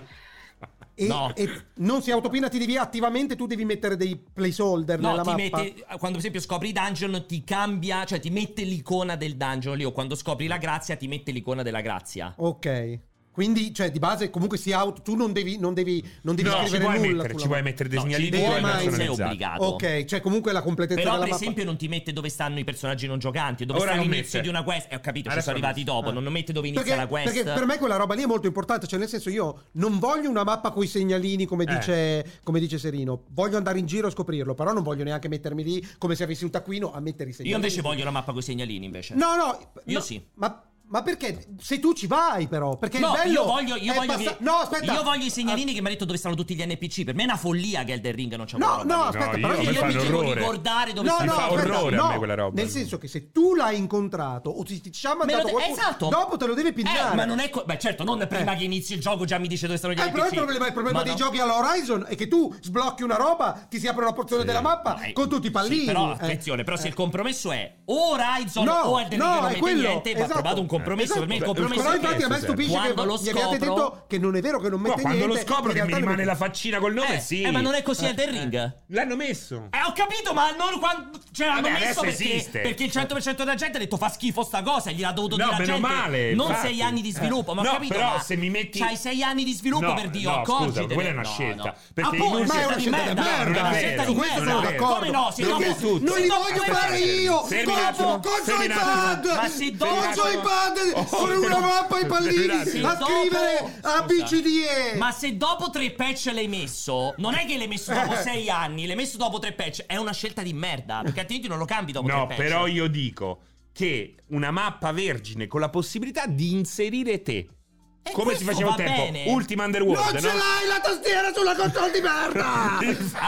E, No. e non si autopinna, ti devi attivamente, tu devi mettere dei placeholder No, nella ti mappa. mette, quando per esempio scopri i dungeon ti cambia, cioè ti mette l'icona del dungeon lì, o quando scopri la grazia ti mette l'icona della grazia. Ok. Quindi, cioè, di base comunque tu non devi No, ci scrivere puoi nulla mettere, sulla ci puoi mappa. mettere dei No, segnalini ci puoi, tuoi ma non sei personalizzati. obbligato. Ok, cioè comunque la completezza Però, della per mappa. esempio, non ti mette dove stanno i personaggi non giocanti, dove Ora sta non l'inizio mette. di una quest. Ho capito, ci Adesso sono non arrivati dopo, non mette dove inizia Perché, la quest. perché per me quella roba lì è molto importante. Cioè, nel senso, io non voglio una mappa con i segnalini, come dice Serino. Voglio andare in giro a scoprirlo. Però non voglio neanche mettermi lì come se avessi un taccuino a mettere i segnalini. Io invece voglio la mappa con i segnalini, invece. No. Io sì. Ma perché? Se tu ci vai, però. Perché No, il bello io voglio No, aspetta. Io voglio i segnalini che mi ha detto dove stanno tutti gli NPC. Per me è una follia che Elden Ring non c'ha No, quella roba lì. aspetta, No, però io Io mi fa mi devo orrore. ricordare dove No, stanno. fa aspetta, orrore a me quella roba. Nel senso che se tu l'hai incontrato o ti ci ha mandato qualcuno, esatto. dopo te lo devi pigliare. Ma non è beh, certo, non prima che inizi il gioco già mi dice dove stanno gli NPC. Però il problema Ma dei no. giochi alla Horizon è che tu sblocchi una roba, ti si apre una porzione della mappa Dai. con tutti i pallini. Sì, però attenzione, però se il compromesso è o Horizon No, o Elden Ring no, non è mette quello, niente, va esatto. trovato un compromesso. Esatto. Per me il compromesso Però è infatti a me stupisce che quando lo gli abbiate scopro- detto che non è vero che non mette Quando niente. lo scopro in che mi realtà rimane ne la mette- faccina col nome, sì. ma non è così Elden Ring. L'hanno messo. Ho capito, ma non quando. Cioè, l'hanno Vabbè, messo adesso esiste. perché il 100% della gente ha detto fa schifo sta cosa e gliel'ha dovuto No, dire la meno gente. male, Non infatti. 6 anni di sviluppo, ma ho No, capito. però ma se mi metti- c'hai 6 anni di sviluppo No, per Dio, no, accorgiti. scusa, quella è una scelta. Perché Appunto, in Ma è una di scelta di merda. È una scelta di Su questo merda. sono d'accordo. Come no? Se Perché dopo- tutto. non li se dopo- voglio aspetta, fare io. fermi un attimo, Con fermi un attimo. Ma se dopo- Con iPad con una mappa ai pallini Se a dopo- scrivere A, B, C, D, E. Ma se dopo 3 patch l'hai messo, non è che l'hai messo dopo 6 anni, l'hai messo dopo 3 patch, è una scelta di merda, perché altrimenti non lo cambi dopo 3 No, patch. però io dico che una mappa vergine con la possibilità di inserire te. E Come si questo faceva un va tempo? bene. Ultima Underworld, Non ce no? l'hai la tastiera sulla console di merda.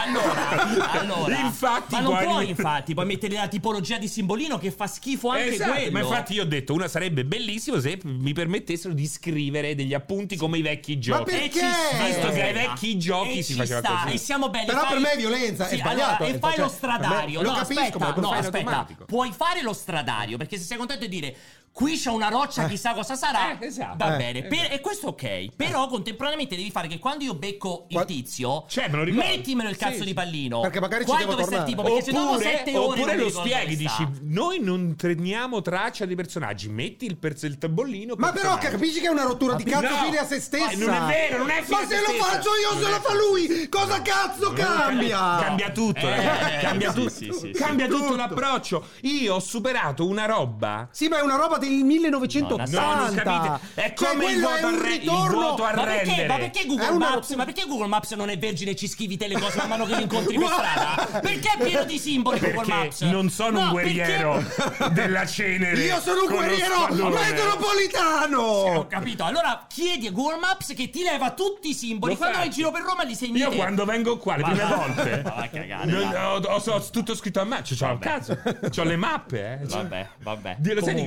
Allora, Infatti ma non puoi- puoi, infatti, puoi mettere la tipologia di simbolino che fa schifo anche Esatto, quello. ma infatti io ho detto una sarebbe bellissimo se mi permettessero di scrivere degli appunti come i vecchi giochi. perché? E ci sta, Visto che ai vecchi giochi e si ci faceva sta, così. e siamo belli. Però fai- per me è violenza, è Sì, sbagliato. allora, e fai Cioè, lo stradario. lo No, capisco, aspetta, ma lo no, fai in aspetta. automatico. Puoi fare lo stradario, perché se sei contento di dire qui c'è una roccia, chissà cosa sarà. Esatto. Va bene, e questo ok. Però contemporaneamente devi fare che quando io becco il tizio, Cioè, me lo ricordo. mettimelo il cazzo Sì, di sì. pallino. Perché magari ci Qua è devo dove sta il tornare. tipo, perché se dopo 7 ore Oppure non mi lo ricordo spieghi, dove sta. dici noi non teniamo traccia dei personaggi, metti il tavolino. Ma però capisci che è una rottura di cazzo No, fine a se stessa. non è vero, non è fine Ma a se se lo stessa. faccio io, se lo fa lui, cosa cazzo cambia? Cambia tutto, cambia sì, tutto. sì, sì, Cambia sì. tutto Tutto. l'approccio. Io ho superato una roba. Sì, ma è una roba del 1980. No, non capite. È Cioè, come il quello vuoto è un il ritorno. vuoto a Ma perché rendere. È Google una Maps? rottura. Ma perché Google Maps non è vergine e ci scrivi te le cose man mano che li incontri per strada? Perché è pieno di simboli Google Perché Maps? non sono un No, guerriero perché- della cenere. Io sono un con lo guerriero spadone. metropolitano. Ho capito. Allora chiedi a Google Maps che ti leva tutti i simboli. Lo Quando vai in faccio. giro per Roma li segni Io te. quando vengo qua le prime volte Va a cagare, non- dai. ho tutto scritto a me. C'ho un cazzo. C'ho le mappe, Vabbè, vabbè. Lo sai di Comunque. che cosa? Di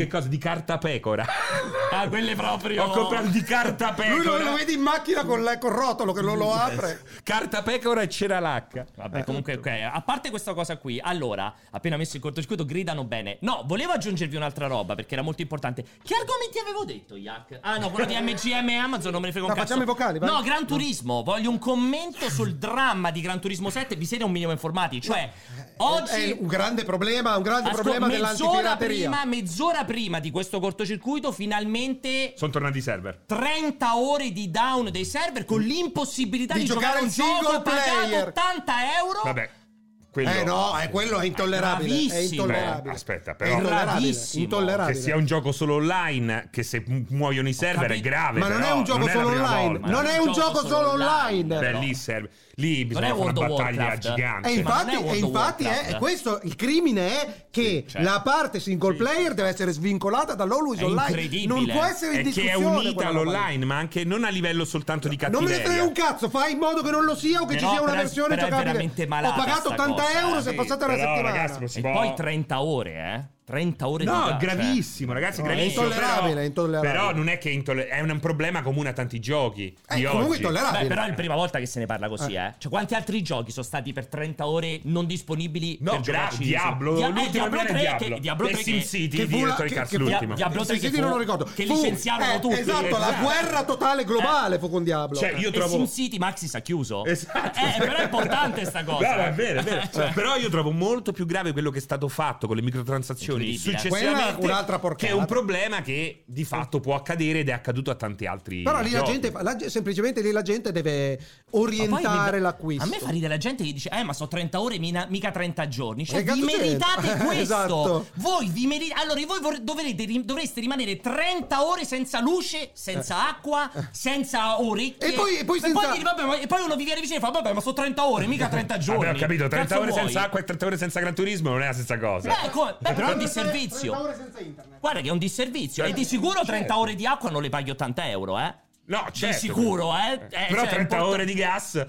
carta pecora. Ah, quelle proprio. Ho comprato di carta pecora. Lui lo vedi in macchina col rotolo che non lo apre. Carta pecora e c'era l'H. Vabbè, comunque, ok. A parte questa cosa qui, allora, appena messo il cortocircuito, gridano bene. No, volevo aggiungervi un'altra roba perché era molto importante. Che argomenti avevo detto, Yak? Ah, no, quello di MGM e Amazon, non me ne frega un cazzo. Facciamo i vocali, vai. No, Gran Turismo. Voglio un commento sul dramma di Gran Turismo 7. Vi siete un minimo informati? Cioè, oggi è un grande problema, problema dell'antipirateria. Mezz'ora prima di questo cortocircuito, finalmente sono tornati i server. 30 ore di down dei server con l'impossibilità di giocare un gioco pagato 80 euro. Vabbè. Quello è intollerabile. È intollerabile. Aspetta, però. Intollerabile. Che sia un gioco solo online, che se muoiono i server è grave. Ma non è un gioco solo online. Non è un gioco solo online. Beh, lì serve. Lì bisogna fare una battaglia gigante. E infatti è questo. Il crimine è che la parte single player deve essere svincolata dall'Always Online. Non può essere in discussione. Che è unita all'online, ma anche non a livello soltanto di cattiveria. Non me ne frega un cazzo. Fai in modo che non lo sia o che ci sia una versione giocabile. Ho pagato 80 euro, se è passata una settimana. Ragazzi, e poi 30 ore, 30 ore no, di gravissimo, ragazzi, gravissimo. È intollerabile. Però non è che è un problema comune a tanti giochi di comunque oggi. Intollerabile. Beh, però è la prima volta che se ne parla così, Cioè, quanti altri giochi sono stati per 30 ore non disponibili per giocarci? Diablo, Diablo 3 e SimCity di Electronic Arts l'ultimo. Diablo 3 non lo ricordo. Che licenziarono tutti. Esatto, la guerra totale globale fu con Diablo. Cioè, io trovo SimCity Maxi si è chiuso. Esatto. Però è importante sta cosa. No, è vero. Però io trovo molto più grave quello che è stato fatto con le microtransazioni successivamente, un'altra porcata. che è un problema che di fatto può accadere ed è accaduto a tanti altri. Però lì giochi. semplicemente lì la gente deve orientare l'acquisto. A me fa ridere la gente che dice ma sono 30 ore, mica 30 giorni. Cioè, vi meritate questo. Esatto. Voi vi meritate. Allora, voi dovreste rimanere 30 ore senza luce, senza acqua, senza orecchie. E poi senza... e poi uno vi viene vicino e fa vabbè, ma sono 30 ore, mica 30 giorni. Vabbè, ho capito, 30 Cazzo ore vuoi? senza acqua e 30 ore senza Gran Turismo non è la stessa cosa. Però è un disservizio. 30 ore senza internet. Guarda che è un disservizio. E di sicuro 30 ore di acqua non le paghi 80 euro, No, certo. Di sicuro, Però 30 ore di gas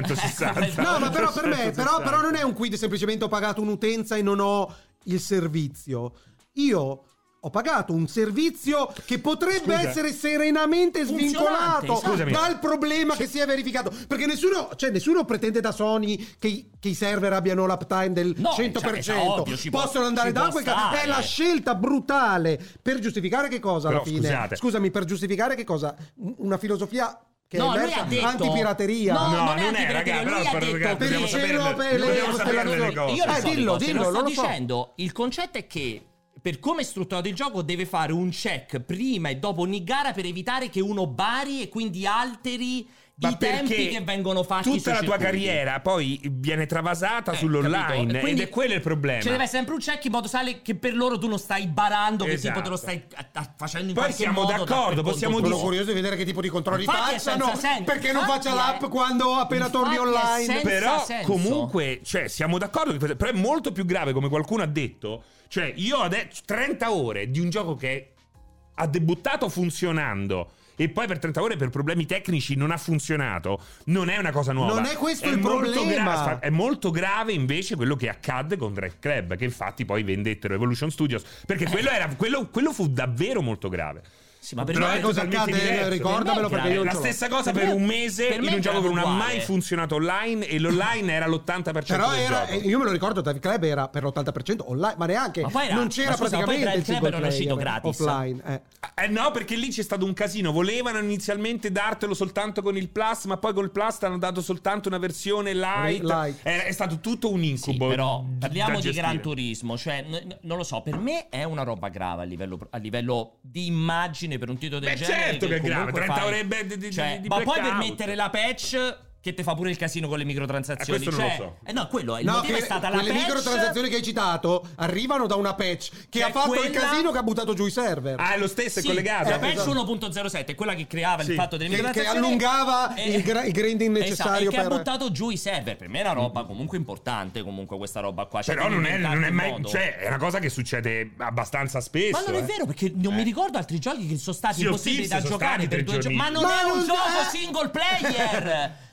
260. No, ma però per me però non è un quid semplicemente ho pagato un'utenza e non ho il servizio. Io ho pagato un servizio che potrebbe essere serenamente svincolato dal problema che si è verificato. Perché nessuno pretende da Sony che i server abbiano l'uptime del 100%. Ovvio, possono andare da quel caso. È la scelta brutale per giustificare che cosa alla Però, fine? Scusami, per giustificare che cosa? Una filosofia che è emersa antipirateria. No, non è, raga, lui ha detto dobbiamo sapere le cose. Io dillo, lo sto non lo dicendo. Il concetto è che per come è strutturato il gioco deve fare un check prima e dopo ogni gara per evitare che uno bari e quindi alteri i tempi che vengono fatti. Tutta la tua carriera poi viene travasata sull'online ed è quello il problema. Ci deve essere sempre un check in modo tale che per loro tu non stai barando, che tipo te lo stai facendo in poi qualche modo. Poi siamo d'accordo, possiamo dire. Sono curioso di vedere che tipo di controlli facciano, perché non faccia l'app quando appena torni online. Però comunque, cioè, siamo d'accordo che però è molto più grave, come qualcuno ha detto. Cioè, io ho 30 ore di un gioco che ha debuttato funzionando e poi per 30 ore per problemi tecnici non ha funzionato, non è una cosa nuova. Non è questo il problema. È molto grave invece quello che accadde con Drive Club, che infatti poi vendettero Evolution Studios, perché quello fu davvero molto grave. Sì, ma però che cosa accade? Ricordamelo, perché io la stessa cosa per un mese in un gioco che non ha mai funzionato online, e l'online era l'80% però del gioco. Io me lo ricordo, Drive Club era per l'80% online, ma neanche non c'era praticamente il single player uscito gratis offline. No, perché lì c'è stato un casino. Volevano inizialmente dartelo soltanto con il Plus, ma poi col Plus hanno dato soltanto una versione light. È stato tutto un incubo. Sì, però parliamo di Gran Turismo, cioè non lo so, per me è una roba grave a livello di immagine per un titolo del genere. Certo che è grave, 30 ore di ma poi per mettere la patch che te fa pure il casino con le microtransazioni. Questo non lo so. No, quello è il motivo, è stata la patch. Le microtransazioni che hai citato arrivano da una patch che ha fatto il casino, che ha buttato giù i server. Ah, è lo stesso, è collegato. La patch 1.07 è quella che creava il fatto delle microtransazioni, che allungava il grinding necessario, e che ha buttato giù i server. Per me è una roba comunque importante, comunque questa roba qua. Però non è mai, cioè è una cosa che succede abbastanza spesso. Ma non è vero, perché non mi ricordo altri giochi che sono stati impossibili da giocare per 2 giorni. Ma non è un gioco single player.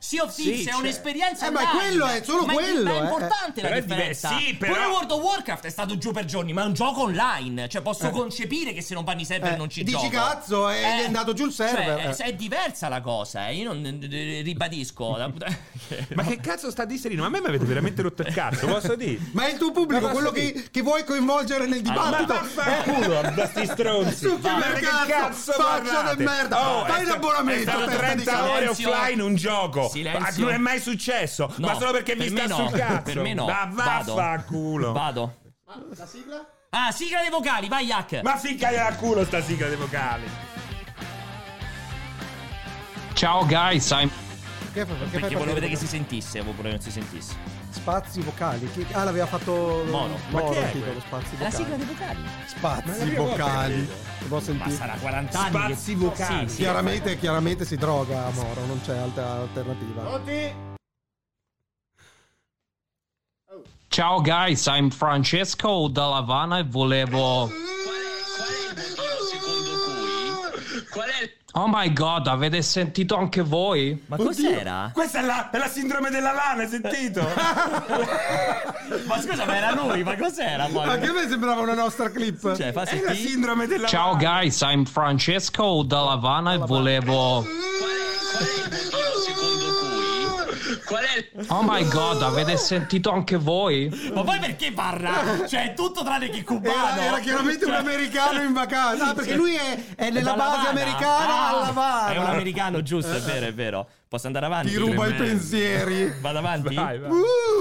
Sea of Thieves è un'esperienza ma online. quello è solo quello, Ma è importante la Però è differenza. sì, però- Pure World of Warcraft è stato giù per giorni, ma è un gioco online. Cioè, posso concepire che se non vanno i server non ci dici gioco. cazzo, è andato giù il server. Cioè, è diversa la cosa, io non ribadisco. Ma che cazzo sta di Serino? A me mi avete veramente rotto il cazzo, posso dire? Ma è il tuo pubblico, quello che vuoi coinvolgere nel dibattito. Vaffanculo, a sti stronzi. Supermercato, Ma che cazzo faccia parlate? del merda. Fai è l'abbonamento, stato testa di 30 ore Silenzio. offline un gioco. Silenzio. Non è mai successo. No, ma solo perché per vi me sta no, sul cazzo. per me no. Ma vaffanculo. Vado. La sigla? Ah, sigla dei vocali, vai Yak. Ma ficcaglia al culo sta sigla dei vocali. Ciao guys, I'm Perché volevo vedere che si sentisse, avevo paura che non si sentisse. Spazi vocali. L'aveva fatto Moro. Ma chi è il titolo, quello? spazi È la sigla vocali. dei vocali. Spazi vocali. Lo può Ma sentire? sarà 40 anni. Spazi vocali. Sì, Chiaramente si droga Moro, non c'è altra alternativa. Ciao guys, I'm Francesco dalla Havana e volevo... Oh my god, avete sentito anche voi? Ma cos'era? Questa è la sindrome della lana, hai sentito? Ma scusa, ma era lui, ma cos'era poi? Anche a me sembrava una nostra clip. Cioè, fa È la sentire. sindrome della Ciao lana. guys, I'm Francesco dalla Havana e volevo... Oh my god, avete sentito anche voi? Ma poi perché parla? Cioè, è tutto tranne che cubano. Era chiaramente un americano in vacanza. Ah, perché lui è nella Dalla base Havana. americana alla Havana. È un americano, giusto, è vero, è vero. Posso andare avanti? Ti ruba i Tremendo. pensieri. Vado avanti? Vai, vai.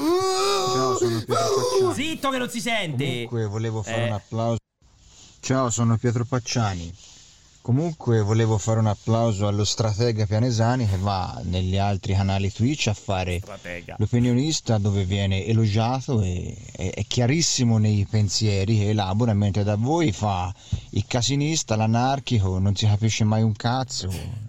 Ciao, sono Pietro Pacciani. Zitto che non si sente. Comunque volevo fare un applauso. Ciao, sono Pietro Pacciani. Comunque volevo fare un applauso allo stratega Pianesani che va negli altri canali Twitch a fare Stratega. l'opinionista, dove viene elogiato e è chiarissimo nei pensieri che elabora, mentre da voi fa il casinista, l'anarchico, non si capisce mai un cazzo.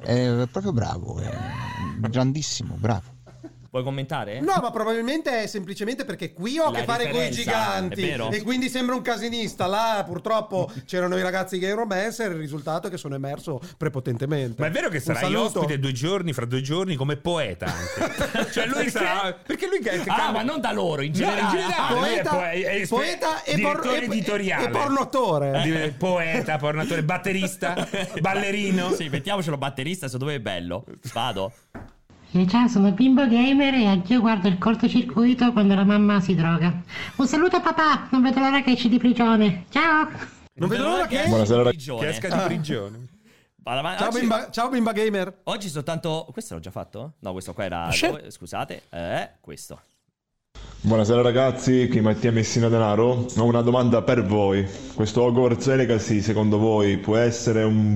È proprio bravo, è grandissimo, bravo. Vuoi commentare? No, ma probabilmente è semplicemente perché qui ho a La che fare con i differenza, giganti è vero. e quindi sembra un casinista. Là purtroppo c'erano i ragazzi gay romancer, il risultato è che sono emerso prepotentemente. Ma è vero che Un sarai saluto. ospite fra 2 giorni come poeta anche. Cioè lui sarà... Perché lui che Ma non da loro, in No, generale. in generale. lui è Poeta e direttore editoriale. e pornoattore. Poeta, pornatore, batterista, ballerino. Sì, mettiamocelo batterista, secondo me è bello. Vado. Ciao, sono Bimbo Gamer e anch'io guardo il cortocircuito quando la mamma si droga. Un saluto a papà, non vedo l'ora che esci di prigione. Ciao! Non vedo l'ora che... Buonasera, Che esca di prigione. Vado avanti. Ciao bimba gamer. Oggi soltanto... Questo l'ho già fatto? No, questo qua era... Scusate. Questo. Buonasera ragazzi, qui Mattia Messina Denaro. Ho una domanda per voi. Questo Hogwarts Legacy secondo voi può essere un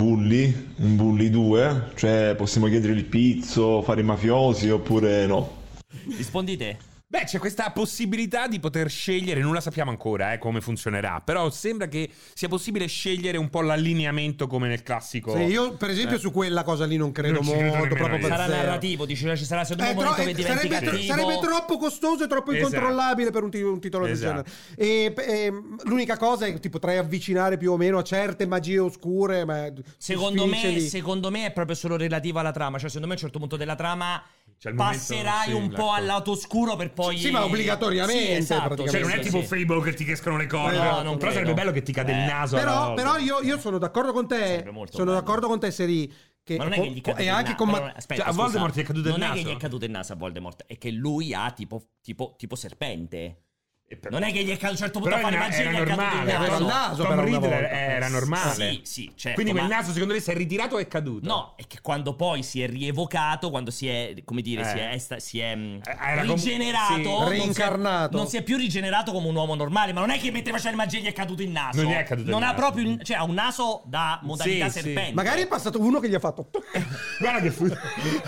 bully 2? Cioè possiamo chiedere il pizzo, fare i mafiosi oppure no? Rispondi te. Beh, c'è questa possibilità di poter scegliere, non la sappiamo ancora come funzionerà, però sembra che sia possibile scegliere un po' l'allineamento come nel classico. Sì, io per esempio su quella cosa lì non credo Non ci credo molto, nemmeno proprio io. per Sarà zero. narrativo, dici, ci sarà secondo me un momento che diventi cattivo. sarebbe troppo costoso e troppo Esatto. incontrollabile per un titolo del Esatto. genere. E l'unica cosa è che ti potrai avvicinare più o meno a certe magie oscure, ma Secondo finisce me, lì. secondo me è proprio solo relativa alla trama. Cioè, secondo me a un certo punto della trama C'è il momento, passerai sì, un po' l'accordo. al lato oscuro per poi... Sì, ma obbligatoriamente, Sì, esatto, praticamente. Cioè non è sì, tipo sì. Fable che ti crescono le corna. No, non però credo. sarebbe bello che ti cade il naso. alla Però volta. io sono d'accordo con te. Sarebbe molto Sono bello. d'accordo con te, Seri. Che Ma non è che gli è caduto e il anche naso. con Però aspetta, Cioè, a scusa, Voldemort gli è caduto il non è naso. che gli è caduto il naso a Voldemort, è che lui ha tipo serpente. Non è che gli è caduto a un certo punto Però a fare magia era gli è caduto il normale. Aveva il naso. naso Tom per una Riddle volta. era normale. Sì, certo. Quindi quel ma- naso secondo lei si è ritirato o è caduto? No, è che quando poi si è rievocato, quando si è, come dire, si è Era rigenerato, sì, non si è- reincarnato. non si è più rigenerato come un uomo normale, ma non è che mentre faceva il magia gli è caduto il naso. Non gli è caduto il Non ha naso. proprio, cioè ha un naso da modalità Sì, sì. serpente. Magari è passato uno che gli ha fatto Guarda che fu... e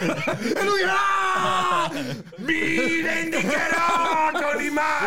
lui Mi vendicherò con i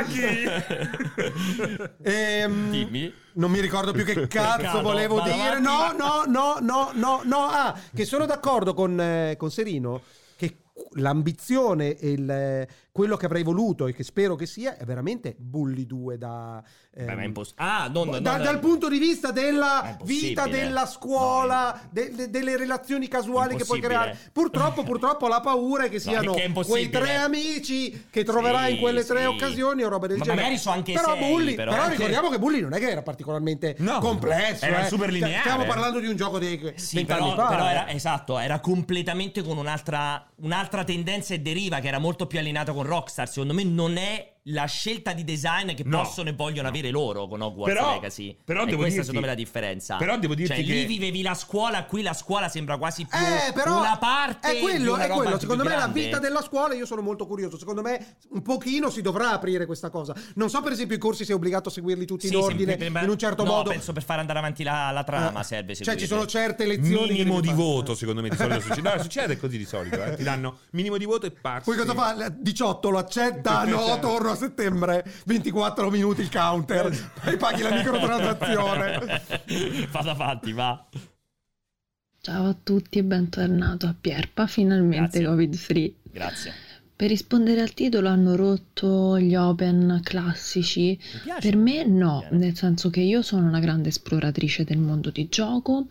maghi! Dimmi. non mi ricordo più che cazzo Peccato, volevo vado dire. avanti. No. Ah, che sono d'accordo con Serino che l'ambizione e quello che avrei voluto e che spero che sia è veramente Bully 2 ma è dal punto di vista della vita della scuola, delle relazioni casuali che puoi creare. Purtroppo la paura è che siano quei 3 amici che troverai in quelle 3 occasioni o roba del genere. Magari so anche però 6, Bully, però ricordiamo che Bully non è che era particolarmente complesso, era super lineare. Stiamo parlando di un gioco di 20 anni fa. Però era completamente con un'altra tendenza e deriva che era molto più allineata con Rockstar. Secondo me non è la scelta di design che possono e vogliono avere loro con Hogwarts Legacy. Però e questa secondo me è la differenza. Però devo dirti lì che vivevi la scuola, qui la scuola sembra quasi più però una parte è quello, di una roba più secondo me grande. la vita della scuola, io sono molto curioso. Secondo me un pochino si dovrà aprire questa cosa. Non so per esempio i corsi sei obbligato a seguirli tutti in ordine in un certo modo. Penso per far andare avanti la trama serve cioè ci sono certe lezioni minimo di voto secondo me di solito succede. No, succede così di solito, ti danno minimo di voto e passi. Poi cosa fa? 18 lo accetta, no, torno a settembre, 24 minuti il counter e paghi la microtransazione. Vado avanti, va. Ciao a tutti e bentornato a Pierpa, finalmente Covid free. Grazie. Per rispondere al titolo, hanno rotto gli open classici? Per me no, nel senso che io sono una grande esploratrice del mondo di gioco,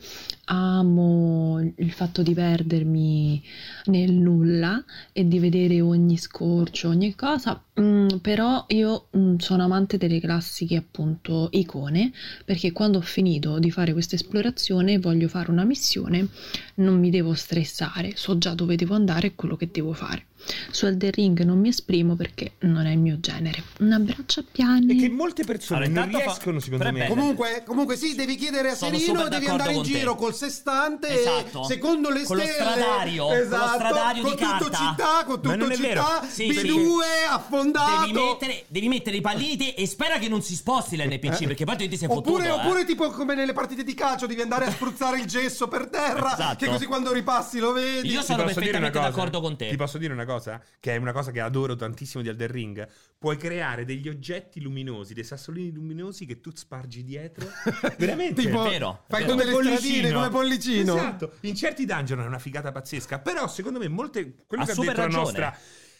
amo il fatto di perdermi nel nulla e di vedere ogni scorcio, ogni cosa, però io sono amante delle classiche appunto icone, perché quando ho finito di fare questa esplorazione voglio fare una missione, non mi devo stressare, so già dove devo andare e quello che devo fare. Su Elden Ring non mi esprimo perché non è il mio genere. Un abbraccio a piani. E che molte persone non riescono secondo me. Comunque sì, devi chiedere a Serino, devi andare in giro col sestante secondo le con stelle, con lo stradario di carta, con tutto città, B2 affondato. Devi mettere i pallini e spera che non si sposti l'NPC perché poi ti sei fottuto. Oppure tipo come nelle partite di calcio devi andare a spruzzare il gesso per terra, che così quando ripassi lo vedi. Io sono perfettamente d'accordo con te. Ti posso dire una cosa? Che è una cosa che adoro tantissimo di Elden Ring. Puoi creare degli oggetti luminosi, dei sassolini luminosi che tu spargi dietro. Veramente tipo, è vero. Fai con delle stradine come Pollicino. Esatto. In certi dungeon è una figata pazzesca. Però secondo me quello che ha detto la nostra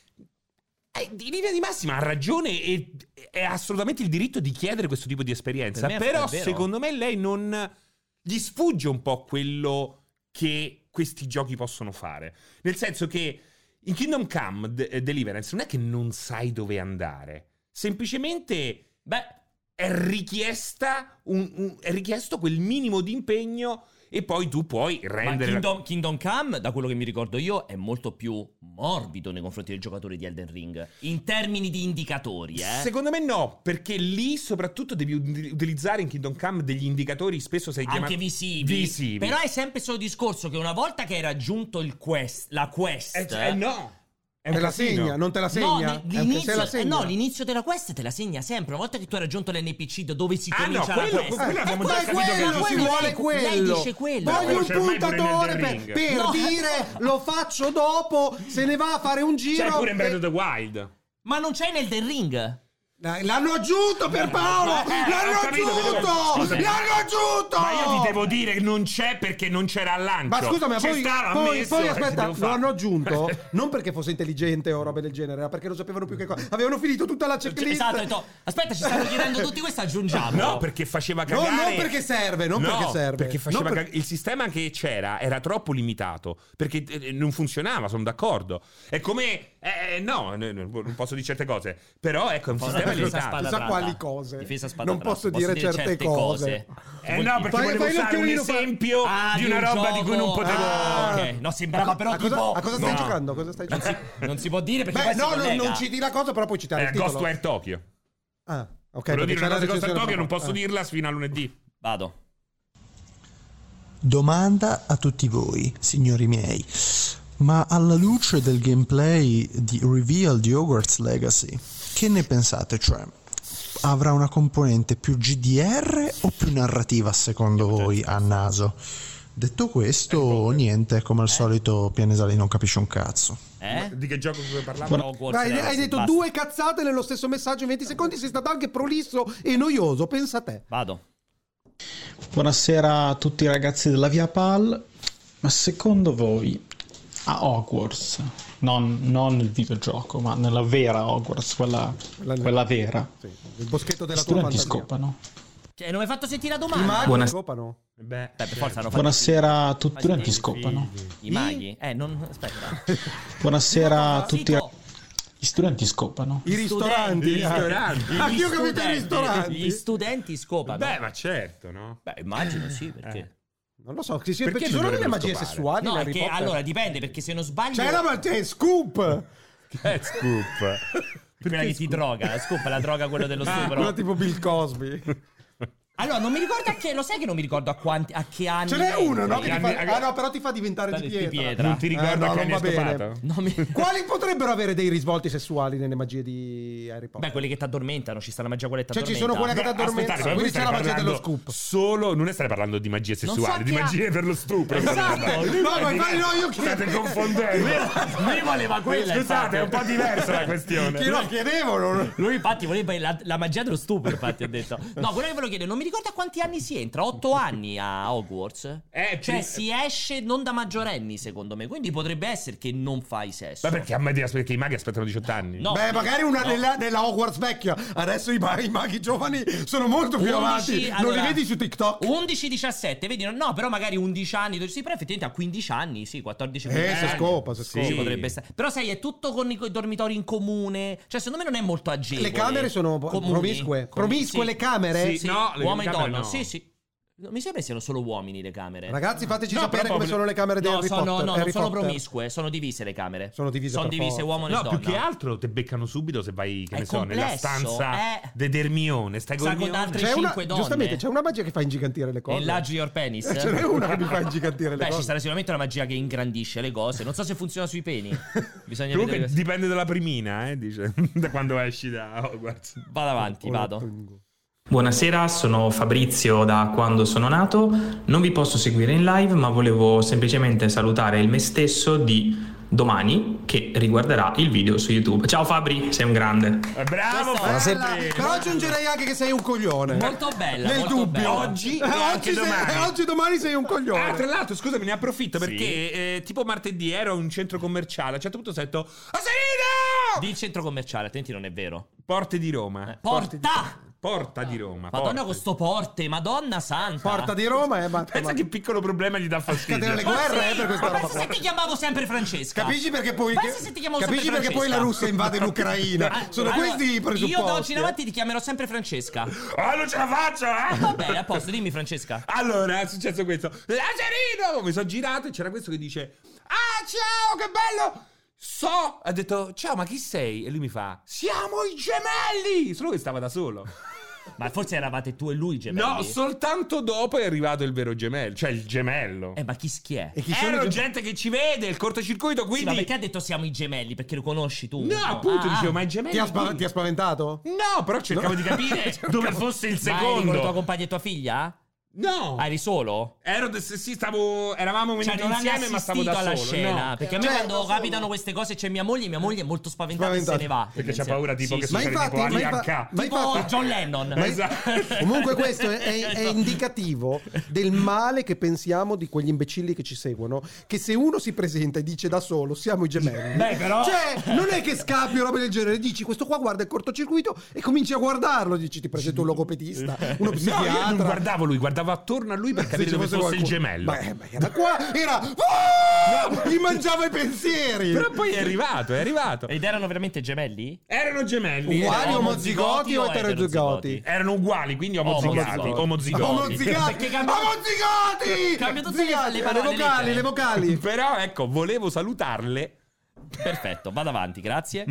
in linea di massima ha ragione e è assolutamente il diritto di chiedere questo tipo di esperienza. Però secondo me lei non gli sfugge un po' quello che questi giochi possono fare. Nel senso che in Kingdom Come Deliverance non è che non sai dove andare, semplicemente è richiesto quel minimo di impegno e poi tu puoi rendere. Ma Kingdom Come, da quello che mi ricordo io, è molto più morbido nei confronti del giocatore di Elden Ring in termini di indicatori. Secondo me no, perché lì soprattutto devi utilizzare in Kingdom Come degli indicatori spesso anche visivi. Però è sempre il suo discorso che una volta che hai raggiunto la quest no. Te la segna, non te la segna? L'inizio della quest te la segna sempre. Una volta che tu hai raggiunto l'NPC dove si comincia la quest. Si vuole quello. Lei dice quello. Voglio un puntatore per dire lo faccio dopo, se ne va a fare un giro. C'è pure in Breath of the Wild. Ma non c'è in Elden Ring. L'hanno aggiunto per Paolo! L'hanno aggiunto! Ma io ti devo dire che non c'è perché non c'era al lancio. Ma scusa, poi aspetta, lo hanno aggiunto non perché fosse intelligente o roba del genere, ma perché non sapevano più che cosa. Avevano finito tutta la checklist. Esatto, aspetta, ci stanno chiedendo tutti questo, aggiungiamo. No, perché faceva cagare. Non perché serve, perché faceva il sistema che c'era era troppo limitato, perché non funzionava, sono d'accordo. È come non posso dire certe cose, però ecco, è un sistema limitato. Chissà quali cose. Non posso dire certe cose. No, perché volevo usare un esempio di una roba di cui non potevo. Ok, no, sembrava però tipo. A cosa stai giocando? Non si può dire perché non citi la cosa, però puoi citare il titolo. Ghostwire Tokyo. Ok. Volevo dire una cosa di Ghostwire Tokyo, non posso dirla fino a lunedì. Vado. Domanda a tutti voi, signori miei. Ma alla luce del gameplay di Reveal di Hogwarts Legacy, che ne pensate? Cioè, avrà una componente più GDR o più narrativa secondo voi a naso? Detto questo, niente, come al solito Pianesali non capisce un cazzo. Di che gioco parlavo? Hai detto basta. 2 cazzate nello stesso messaggio in 20 secondi, sei stato anche prolisso e noioso, pensa a te. Vado. Buonasera a tutti i ragazzi della Via Pal, ma secondo voi a Hogwarts, non il videogioco, ma nella vera Hogwarts, quella vera. Sì, il boschetto della Gli tua studenti fantasia. scopano. Cioè, non mi hai fatto sentire la I domanda? maghi scopano? Beh, per forza hanno fatto Buonasera a tutti, gli studenti figli. scopano. I maghi? Non aspetta. Buonasera a tutti. Zitto. Gli studenti scopano. I ristoranti. I ristoranti. Anch'io ho capito i ristoranti. Gli studenti scopano. Beh, ma certo, no? Beh, immagino sì, perché. Non lo so, Perché ci sono delle dovrebbero magie scopare? sessuali in No, è Harry che Potter? allora dipende, perché se non sbaglio. C'è la magia scoop! Che scoop. quella che ti droga, la scoop, la droga, quello dello stupro. Quella tipo Bill Cosby. Allora, non mi ricordo a che, lo sai che non mi ricordo a che anni. Ce n'è uno, no? Che ti anni- fa... Ah no, però ti fa diventare di pietra. Non ti ricordo no, che non ne va è bene. scopato? Non mi- Quali potrebbero avere dei risvolti sessuali nelle magie di Harry Potter? Beh, quelle che ti addormentano, ci sta la magia quella che Cioè, ti ci sono quelle che ti Aspettate, addormentano. ma Quindi voi c'è la state magia dello parlando scoop. Solo, non state parlando di magie sessuali, so di che ha- magie per lo stupro. Esatto. No, ma infatti no, io State chiedo. confondendo. Lui voleva quella. Scusate, è un infatti. po' diversa la questione. Che no, chiedevo. Lui infatti voleva la magia dello stupro, infatti ha detto. No, quello che ve lo chiedo, non mi ricordo a quanti anni si entra, 8 anni a Hogwarts. Cioè si esce non da maggiorenni, secondo me, quindi potrebbe essere che non fai sesso. Ma perché perché i maghi aspettano 18 anni? No. Beh, magari una nella Hogwarts vecchia. Adesso i maghi giovani sono molto più 11, avanti. Non allora, li vedi su TikTok? 11-17, vedi? No, però magari 11 anni. Sì, però effettivamente a 15 anni, sì, 14 15 se anni. scopa, se scopa. Sì, potrebbe stare. Però sai, è tutto con i dormitori in comune. Cioè, secondo me non è molto agevole. Le camere sono Comuni. promiscue. Promiscue Sì. le camere? Sì, No, le uomo e camere donna. no. Sì, sì. No, mi sembra siano solo uomini le camere. Ragazzi, fateci No, sapere però come sono le camere di No, Harry sono, Potter. non Harry sono Potter. promiscue, sono divise le camere. Sono divise per forza. uomo e No, donna. più che altro te beccano subito se vai, che È ne so, nella complesso, stanza di Hermione. Stai con Sta con Hermione. altre C'è una, 5 donne. giustamente, c'è una magia che fa ingigantire le cose. Enlarge your penis. Ce n'è una che mi fa ingigantire le Beh, cose. ci sarà sicuramente una magia che ingrandisce le cose. Non so se funziona sui peni. Bisogna Comunque vedere. dipende dalla primina, dice, da quando esci da Hogwarts. Vado avanti, vado. Buonasera, sono Fabrizio da Quando Sono Nato. Non vi posso seguire in live, ma volevo semplicemente salutare il me stesso di domani, che riguarderà il video su YouTube. Ciao Fabri, sei un grande. Bravo, Fabri. Però aggiungerei anche che sei un coglione. Molto bella. Nel molto dubbio. bella. Oggi e anche domani. Oggi domani sei un coglione. Tra l'altro, scusami, ne approfitto perché tipo martedì ero in un centro commerciale. A un certo punto ho detto Aserino! Di centro commerciale, attenti, non è vero. Porte di Roma. Porta di Roma. Madonna porte. con sto porte, Madonna santa. Porta di Roma Pensa che piccolo problema gli dà fastidio. Scatena le guerre per questa Ma roba pensa se qua. ti chiamavo sempre Francesca. Capisci perché poi Pensa se ti chiamavo capisci sempre perché poi la Francesca. Russia invade l'Ucraina. Sono Allora, questi i presupposti. Io da oggi in avanti ti chiamerò sempre Francesca. Ah, non ce la faccio, Va bene, a posto, dimmi Francesca. Allora, è successo questo. Laserino! Mi sono girato e c'era questo che dice ah, ciao, che bello! Ha detto, ciao, ma chi sei? E lui mi fa, siamo i gemelli! Solo che stava da solo. Ma forse eravate tu e lui gemelli. No, soltanto dopo è arrivato il vero gemello, cioè il gemello. Ma chi è? E chi sono Era i gente che ci vede, il cortocircuito, Sì, quindi... ma perché ha detto siamo i gemelli? Perché lo conosci tu? No, appunto, dicevo, ma i gemelli... Ti ha spaventato? No, però cercavo di capire dove fosse il Ma eri con secondo. tua compagna e tua figlia? No. Eri solo? Eravamo venuti non hanno insieme, ma stavo da assistito alla solo. scena. No. Perché a me quando capitano queste cose c'è mia moglie è molto spaventata e se ne va. Perché c'ha paura tipo che Ma succede infatti, tipo ma ADH. Tipo John Lennon. Comunque questo è indicativo del male che pensiamo di quegli imbecilli che ci seguono, che se uno si presenta e dice da solo siamo i gemelli, Beh, però... cioè non è che scappi o roba del genere, dici questo qua guarda il cortocircuito e cominci a guardarlo, dici ti presento un logopedista, uno No, psichiatra. io non guardavo lui, guardavo attorno a lui per capire Se ci dove fosse fosse il qualcuno. gemello. Ma era qua, gli mangiava i pensieri. Però poi è arrivato. Ed erano veramente gemelli? Erano gemelli. Uguali, omozigoti o eterozigoti? Erano uguali, quindi omozigati. Omozigati. Perché cambia- Omozigati! Cambia tutte Zigati, le parole, le vocali. Però ecco, volevo salutarle. Perfetto, vado avanti, grazie.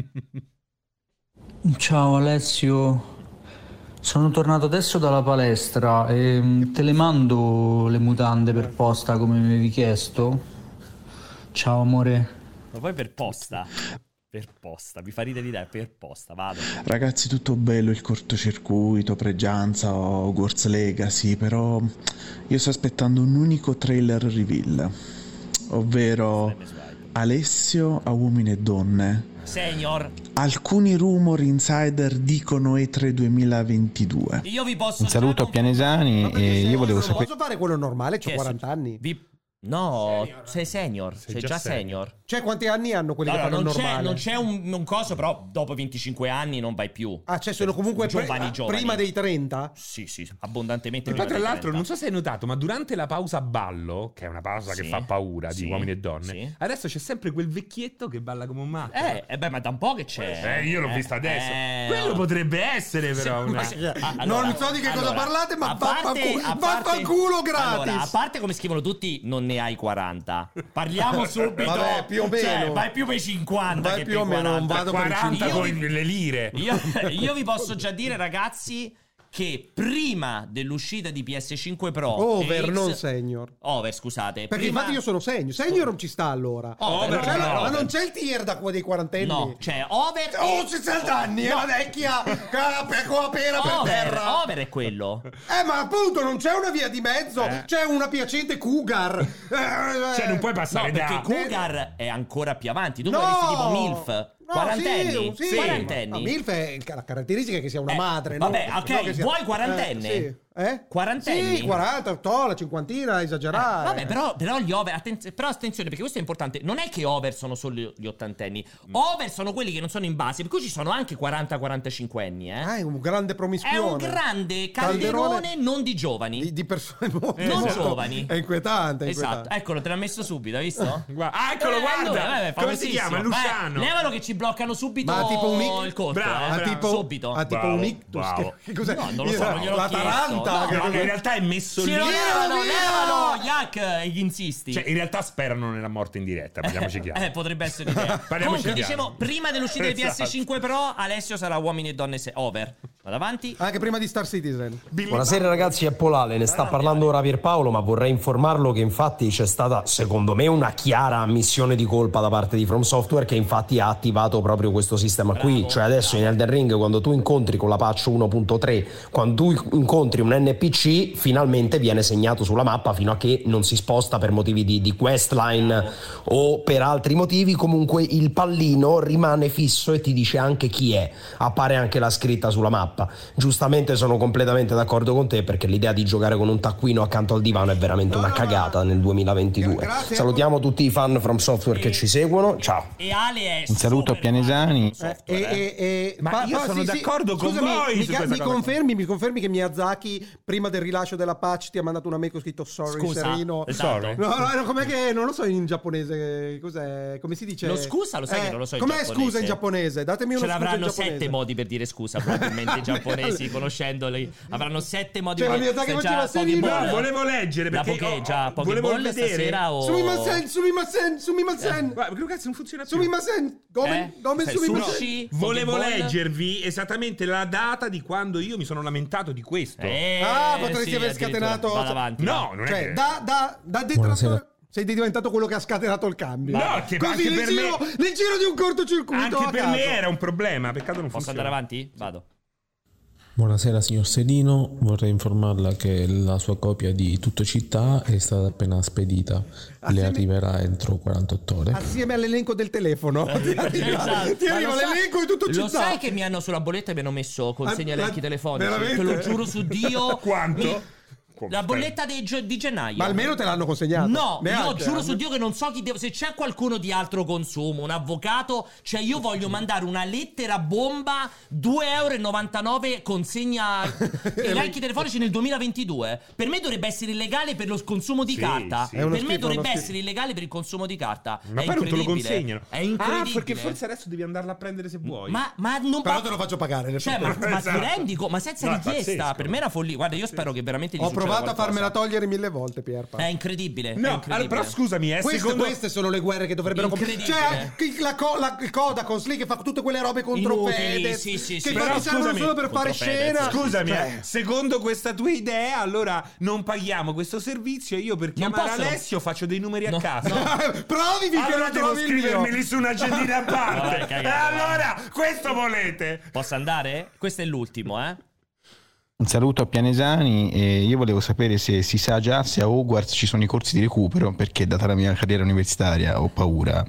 Ciao Alessio, sono tornato adesso dalla palestra e te le mando le mutande per posta come mi avevi chiesto. Ciao amore. Ma poi per posta. Per posta, mi fa ridere l'idea, per posta, vado. Ragazzi, tutto bello il cortocircuito, Pregianza, Hogwarts Legacy, però io sto aspettando un unico trailer reveal, ovvero Alessio a Uomini e Donne. Senior, Alcuni rumor insider dicono E3 2022. io vi posso... Un saluto a Pianesani e io volevo Non sapere... posso fare quello normale, c'ho Che è 40 anni. No, sei senior, sei già senior. Cioè, quanti anni hanno quelli che fanno il normale? Non c'è un coso, però dopo 25 anni non vai più. Ah, cioè sono comunque giovani. Prima dei 30? Sì, abbondantemente. E poi tra l'altro, non so se hai notato, ma durante la pausa ballo, che è una pausa che fa paura di uomini e donne, adesso c'è sempre quel vecchietto che balla come un matto. Ma da un po' che c'è. Io l'ho visto adesso. Quello potrebbe essere però una... non so di che cosa parlate, ma vaffanculo gratis. Allora, a parte come scrivono tutti, non ne hai 40. Parliamo subito. Vabbè, più o meno. Cioè, vai più per i 50 vai che più o meno, non vado per 40 con le lire. Io vi posso già dire, ragazzi, che prima dell'uscita di PS5 Pro over, non senior. Over, scusate. Perché infatti io sono senior. Senior non ci sta allora. Ma non c'è il tier da dei quarantenni. No, cioè over. 60 anni, è la vecchia con la pera per terra. Over è quello. Ma appunto non c'è una via di mezzo. C'è una piacente Cougar. Cioè non puoi passare perché Cougar è ancora più avanti. Tu vorresti tipo MILF. Quarantenni? Sì. Quarantenni? MILF è la caratteristica che sia una madre. Vabbè, no? ok, vuoi quarantenne? Sì. Quarantenni? Sì, 40, la cinquantina, esagerare. Vabbè, però gli over, però attenzione, perché questo è importante. Non è che over sono solo gli ottantenni. Over sono quelli che non sono in base, per cui ci sono anche 40-45 anni. È un grande promiscuone. È un grande calderone non di giovani. Di persone non giovani. È inquietante. Esatto, eccolo, te l'ha messo subito, hai visto? Eccolo, guarda. Come si chiama? Luciano. Levalo che ci bloccano subito il conto. Subito. Tipo un ictus. Che cos'è? No, non lo so, non gliel'ho la Taranta. Che in realtà è messo lì. Levalo, Yak, gli insisti. Cioè, in realtà sperano nella morte in diretta, parliamoci chiaro. Potrebbe essere l'idea. Comunque, dicevo, prima dell'uscita di PS5 Pro, Alessio sarà uomini e donne over. Vado avanti. Anche prima di Star Citizen. Buonasera ragazzi, è Polale, ne sta parlando ora Pierpaolo, ma vorrei informarlo che infatti c'è stata, secondo me, una chiara ammissione di colpa da parte di From Software, che infatti ha attivato proprio questo sistema qui. Cioè adesso in Elden Ring, quando tu incontri con la patch 1.3, quando tu incontri un NPC, finalmente viene segnato sulla mappa fino a che non si sposta per motivi di questline o per altri motivi. Comunque il pallino rimane fisso e ti dice anche chi è, appare anche la scritta sulla mappa. Giustamente sono completamente d'accordo con te, perché l'idea di giocare con un taccuino accanto al divano è veramente una cagata nel 2022. Salutiamo tutti i fan From Software che ci seguono, ciao. E Ale è un saluto a Pianesani. Ma io sono d'accordo con voi. Mi confermi che Miyazaki prima del rilascio della patch ti ha mandato una mail con scritto sorry, scusa, Serino. Esatto. No, com'è che non lo so in giapponese, cos'è? Come si dice? Lo scusa, lo sai che non lo so in giapponese. Com'è scusa in giapponese? Datemi uno scusa in giapponese. Ce l'avranno 7 modi per dire scusa, probabilmente i giapponesi, conoscendoli. Avranno 7 modi per dire scusa. Volevo leggere perché volevo vedere stasera o Sumimasen. Guarda, che cazzo non funziona più. Sumimasen. Come sushi? Volevo leggervi esattamente la data di quando io mi sono lamentato di questo. Potresti aver scatenato. No, non è che... da detrattore sei diventato quello che ha scatenato il cambio. No, che così nel giro di un cortocircuito. Anche per me era un problema. Peccato non Posso andare avanti? Vado. Buonasera signor Sedino, vorrei informarla che la sua copia di Tutto Città è stata appena spedita, le arriverà entro 48 ore. Assieme all'elenco del telefono. Ti arriva l'elenco di Tutto Città. Lo sai che mi hanno sulla bolletta e mi hanno messo consegna elenchi telefonici? Veramente? Te lo giuro su Dio. Quanto? La bolletta di gennaio. Ma almeno te l'hanno consegnato. No, io giuro su Dio che non so chi se c'è qualcuno di altro consumo, un avvocato, cioè io voglio mandare una lettera bomba, 2,99 € consegna elenchi telefonici nel 2022. Per me dovrebbe essere illegale per lo consumo di carta. Sì. Per me dovrebbe essere illegale per il consumo di carta. Ma poi non te lo consegnano. È incredibile. Perché forse adesso devi andarla a prendere se vuoi. Ma non però te lo faccio pagare. Cioè, ma ti rendi ma senza richiesta. Per me era follia. Guarda, io spero che veramente ho provato a farmela togliere 1000 volte, Pierpa. È incredibile. No, però scusami, queste sono le guerre che dovrebbero Incredibile. Cioè, la Kodakons lì che fa tutte quelle robe contro Fedez, sì. che però servono solo per fare scena. Scusami, secondo questa tua idea, allora non paghiamo questo servizio e io per chiamare Alessio faccio dei numeri a caso. Provi che allora devo scrivermeli su un'agendina a parte. E allora, questo volete? Posso andare? Questo è l'ultimo, Un saluto a Pianesani. Io volevo sapere se si sa già se a Hogwarts ci sono i corsi di recupero, perché data la mia carriera universitaria ho paura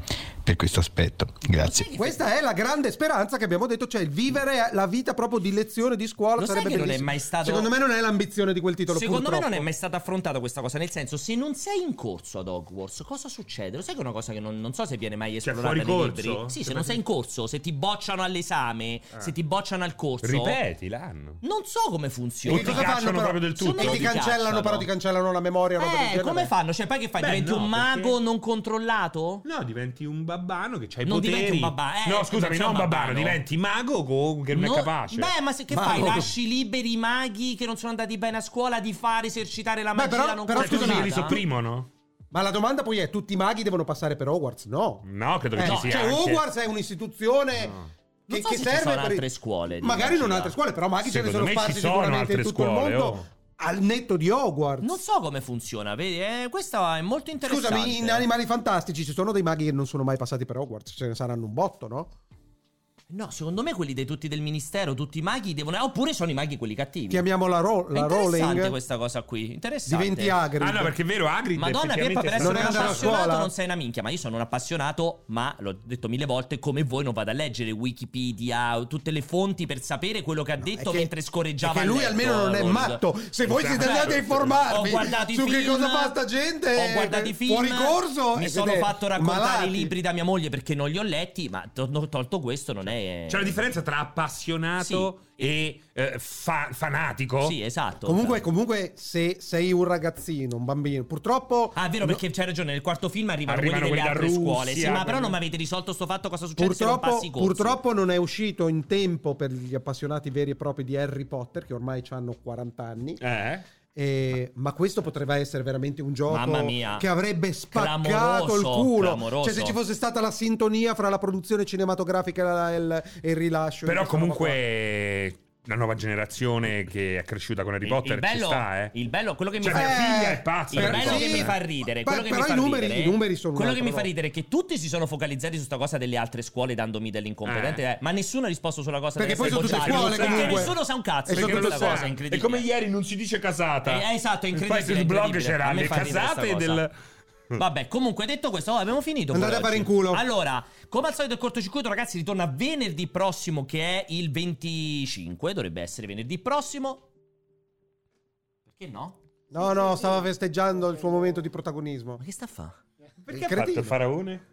per questo aspetto. Grazie. Questa è la grande speranza che abbiamo detto, cioè il vivere la vita proprio di lezione di scuola. Lo sarebbe sai che non è bellissimo. mai stato... Secondo me non è l'ambizione di quel titolo. Secondo purtroppo. me non è mai stata affrontata questa cosa. Nel senso, se non sei in corso ad Hogwarts, cosa succede? Lo sai che è una cosa che non so se viene mai esplorata fuori nei corso? libri. Sì, se non sei in corso, se ti bocciano all'esame, se ti bocciano al corso. Ripeti l'anno. Non so come funziona. E ti cacciano proprio del tutto. E ti cancellano, però ti cancellano la memoria. Come fanno? Cioè, poi che fai? Diventi un mago non controllato? No, diventi un babbano che c'hai i non poteri. Diventi un babbano. No, scusami, non un babbano, diventi mago che non è capace. Beh, ma che fai? Lasci liberi i maghi che non sono andati bene a scuola di fare esercitare la magia non però scusami, li sopprimono? Ma la domanda poi è: tutti i maghi devono passare per Hogwarts? No. No, credo che ci sia. Cioè, anche... Hogwarts è un'istituzione. Non so che se serve ci sono per altre scuole. Magari non altre scuole, però maghi ce ne sono sparsi sicuramente in tutto il mondo. Al netto di Hogwarts. Non so come funziona, vedi? Questo è molto interessante. Scusami, in Animali Fantastici ci sono dei maghi che non sono mai passati per Hogwarts. Ce ne saranno un botto, no? No, secondo me quelli tutti del ministero, tutti i maghi devono... Oppure sono i maghi quelli cattivi. Chiamiamo la Interessante Rowling. questa cosa qui. Interessante. Diventi Hagrid. Ah no, perché è vero, Hagrid Madonna Peppa, per essere non un è andato a appassionato scuola. non sei una minchia. Ma io sono un appassionato, ma l'ho detto 1000 volte, come voi non vado a leggere Wikipedia, tutte le fonti per sapere quello che ha detto mentre scorreggiava. Perché lui almeno non è matto. Se voi siete andati a informarvi su che cosa fa sta gente, ho guardato i film, fuori corso, mi sono fatto raccontare malati. i libri da mia moglie perché non li ho letti, ma tolto questo non è... C'è una differenza tra appassionato e fanatico. Sì, esatto. Comunque se sei un ragazzino, un bambino, purtroppo... Ah, è vero, perché c'hai ragione, nel quarto film arrivano quelli delle altre scuole. Sì, ma però non mi avete risolto sto fatto, cosa succede se non passi i corsi. Purtroppo non è uscito in tempo per gli appassionati veri e propri di Harry Potter, che ormai hanno 40 anni. Ma questo potrebbe essere veramente un gioco che avrebbe spaccato il culo. Clamoroso. Cioè, se ci fosse stata la sintonia fra la produzione cinematografica e il rilascio. Però comunque la nuova generazione che è cresciuta con Harry Potter ci sta, Il bello, quello che mi mia figlia è pazza. Il bello che mi fa ridere, quello che mi fa ridere, i numeri sono quello che mi fa ridere è che tutti si sono focalizzati su sta cosa delle altre scuole dandomi dell'incompetente, ma nessuno ha risposto sulla cosa perché poi sono tutte scuole perché comunque. nessuno sa un cazzo, perché questa cosa è incredibile. E come ieri non si dice casata. Esatto, è incredibile. Poi sul blog c'era le casate del... Vabbè, comunque detto questo, abbiamo finito. Andate a fare in culo. Allora, come al solito il cortocircuito, ragazzi, ritorna venerdì prossimo, che è il 25. Dovrebbe essere venerdì prossimo. Perché no? No, stava festeggiando il suo momento di protagonismo. Ma che sta a fa? Perché ha fatto Faraone?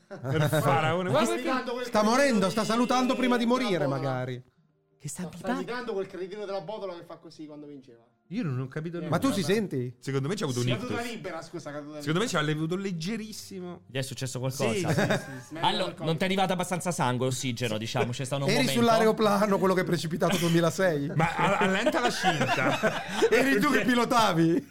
Sta morendo, sta salutando prima di morire magari. Che sta indicando quel cretino della botola che fa così quando vinceva. Io non ho capito nulla. Ma tu si senti? Secondo me c'ha avuto un ictus. Libera, scusa, secondo me ci ha avuto leggerissimo. Gli è successo qualcosa? Sì. Allora, non ti è arrivato abbastanza sangue, ossigeno, diciamo, c'è stato un momento. Eri sull'aeroplano, quello che è precipitato 2006? Ma allenta la cinta. Eri tu che pilotavi?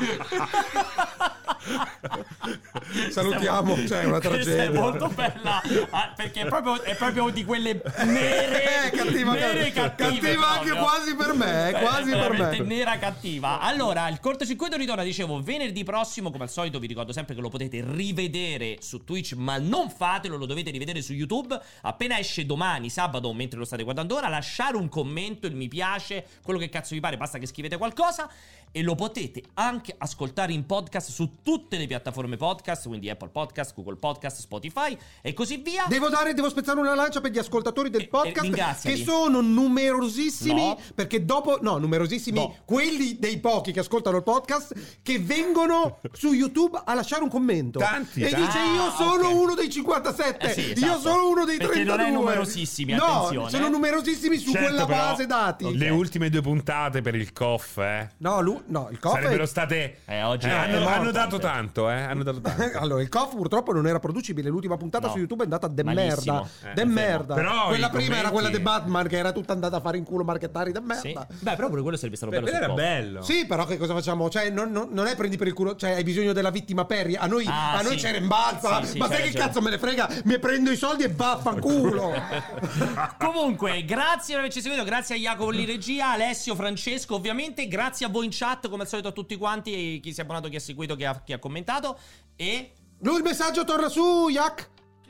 Salutiamo, c'è una tragedia. È molto bella, perché è proprio di quelle nere, cattiva anche quasi per me, quasi per me. Nera cattiva. Allora, il cortocircuito ritorna, dicevo, venerdì prossimo, come al solito vi ricordo sempre che lo potete rivedere su Twitch, ma non fatelo, lo dovete rivedere su YouTube. Appena esce domani, sabato, mentre lo state guardando ora, lasciare un commento, il mi piace, quello che cazzo vi pare, basta che scrivete qualcosa. E lo potete anche ascoltare in podcast su tutte le piattaforme podcast, quindi Apple Podcast, Google Podcast, Spotify e così via. Devo spezzare una lancia per gli ascoltatori del podcast che ringraziali. Sono numerosissimi, No. perché dopo numerosissimi quelli dei pochi che ascoltano il podcast che vengono su YouTube a lasciare un commento. Tanti. E dice io sono uno dei 57, sì, io esatto. sono uno dei Perché 32. non è numerosissimi, no, attenzione. sono numerosissimi su Certo, quella però, base dati. Le ultime 2 puntate per il COF, No, il COF sarebbero state oggi hanno dato tanto, hanno dato tanto. Allora, il COF purtroppo non era producibile. L'ultima puntata su YouTube è andata de Malissimo. merda. De merda. Però quella i prima era commenti- quella di Batman, che era tutta andata a fare in culo marchettari de merda. Sì. Beh, però pure quello sarebbe stato bello. Quello sul era po'. bello. Sì, però che cosa facciamo? Cioè, non è prendi per il culo, cioè hai bisogno della vittima peria. A noi sì. c'è rimbalza. Sì, ma c'hai sai che ragione. cazzo me ne frega? Mi prendo i soldi e vaffanculo. Comunque, grazie per averci seguito, grazie a Jacopo in regia, Alessio, Francesco, ovviamente, grazie a voi in chat, come al solito a tutti quanti, chi si è abbonato, chi ha seguito, chi ha commentato. E Lui il messaggio torna su, Yak.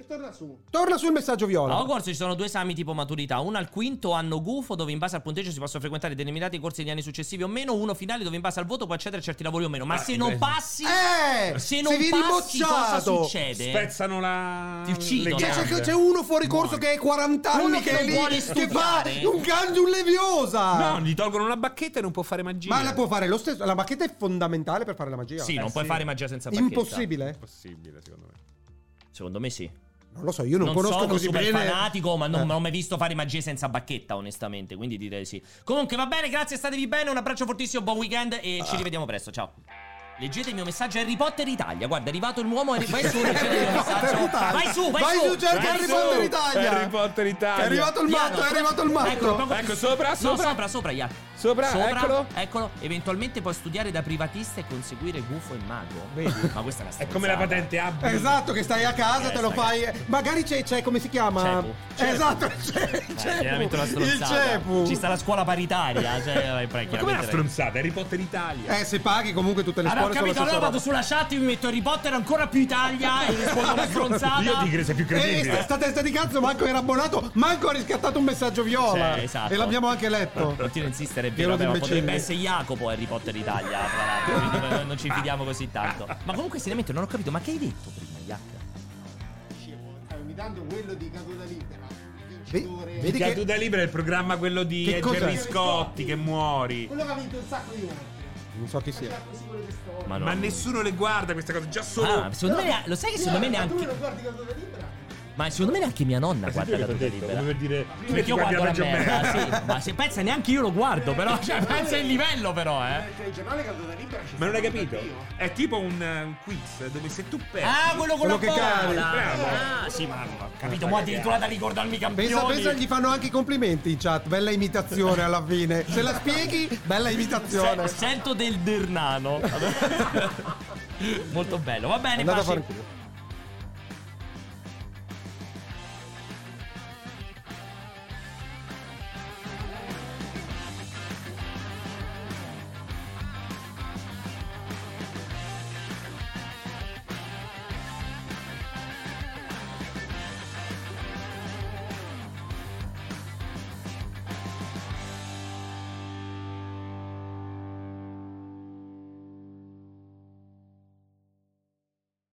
Torna sul messaggio viola. A Hogwarts ci sono 2 esami tipo maturità. Uno al quinto anno gufo, dove in base al punteggio si possono frequentare determinati corsi negli anni successivi o meno. Uno finale, dove in base al voto puoi accedere a certi lavori o meno. Ma se non passi, se non vieni passi, cosa bocciato? succede? Spezzano ti uccidono. C'è uno fuori corso che ha 40 anni Uno che che è non lì, vuole che fa studiare. un Gangium Leviosa. No, gli tolgono una bacchetta e non può fare magia. Ma la può fare lo stesso. La bacchetta è fondamentale per fare la magia. Sì, non puoi fare magia senza bacchetta. Impossibile? Impossibile, secondo me. Secondo me sì. Non lo so, io non conosco sono così super bene. fanatico, ma non ho mai visto fare magie senza bacchetta, onestamente. Quindi direi sì. Comunque va bene, grazie, statevi bene. Un abbraccio fortissimo, buon weekend e ci rivediamo presto. Ciao. Leggete il mio messaggio Harry Potter Italia. Guarda, è arrivato il uomo. Vai su, leggete il mio messaggio. Vai su, cerca Harry Potter Italia. Harry Potter Italia. È arrivato il matto, è arrivato il matto. Ecco, sopra. No, sopra, Iac. Sopra, eccolo. Eventualmente puoi studiare da privatista e conseguire gufo e mago. Vedi? Ma questa è una È come la patente A. Esatto, che stai a casa, te lo fai. Magari c'è come si chiama? Cepu. Esatto, il veramente una stronzata. Il Cepu. Ci sta la scuola paritaria. Cioè, Ma come una stronzata? Harry Potter Italia. Se paghi comunque tutte le Allora, scuole. ho capito, allora vado sulla chat, mi metto Harry Potter ancora più Italia e rispondo una stronzata. Io dico che sei più credibile. Sta testa di cazzo, manco era abbonato, manco ha riscattato un messaggio viola. Sì, esatto. E l'abbiamo anche letto. Continua a insistere, è Pieno vero, di però potrebbe imbecilli. essere Jacopo Harry Potter Italia, tra l'altro, quindi non ci fidiamo così tanto. Ma comunque seriamente non ho capito, ma che hai detto prima, Jack? Stai imitando quello di Caduta Libera. Vincitore. Vedi che Caduta Libera è il programma quello di Che cos'è? Gerry Scotti che muori. Quello che ha vinto un sacco di volte. non so chi sia. Così quello che sto. Ma nessuno le guarda queste cose, già solo. Secondo me, lo sai che secondo me Tu neanche. non guardi Caduta Libera? Ma secondo me neanche mia nonna guarda tu Caduta l'hai detto, Libera. come per dire, Perché io guardi guardo la la peggio merda, merda. sì. Ma se pensa neanche io lo guardo, però. Cioè, pensa il livello, però, Cioè, il giornale Caduta Libera ci Ma non hai sta capito? Dio. È tipo un quiz dove se tu perdi. Ah, quello con la Quello che cade. bola. Bravo. Ah, sì, ma ho capito. Ma addirittura da ricordarmi i campioni. Pensa, gli fanno anche i complimenti in chat. Bella imitazione alla fine. Se la spieghi, bella imitazione. Sento del Dernano. Molto bello. Va bene, Andate a Fasci. fare in culo.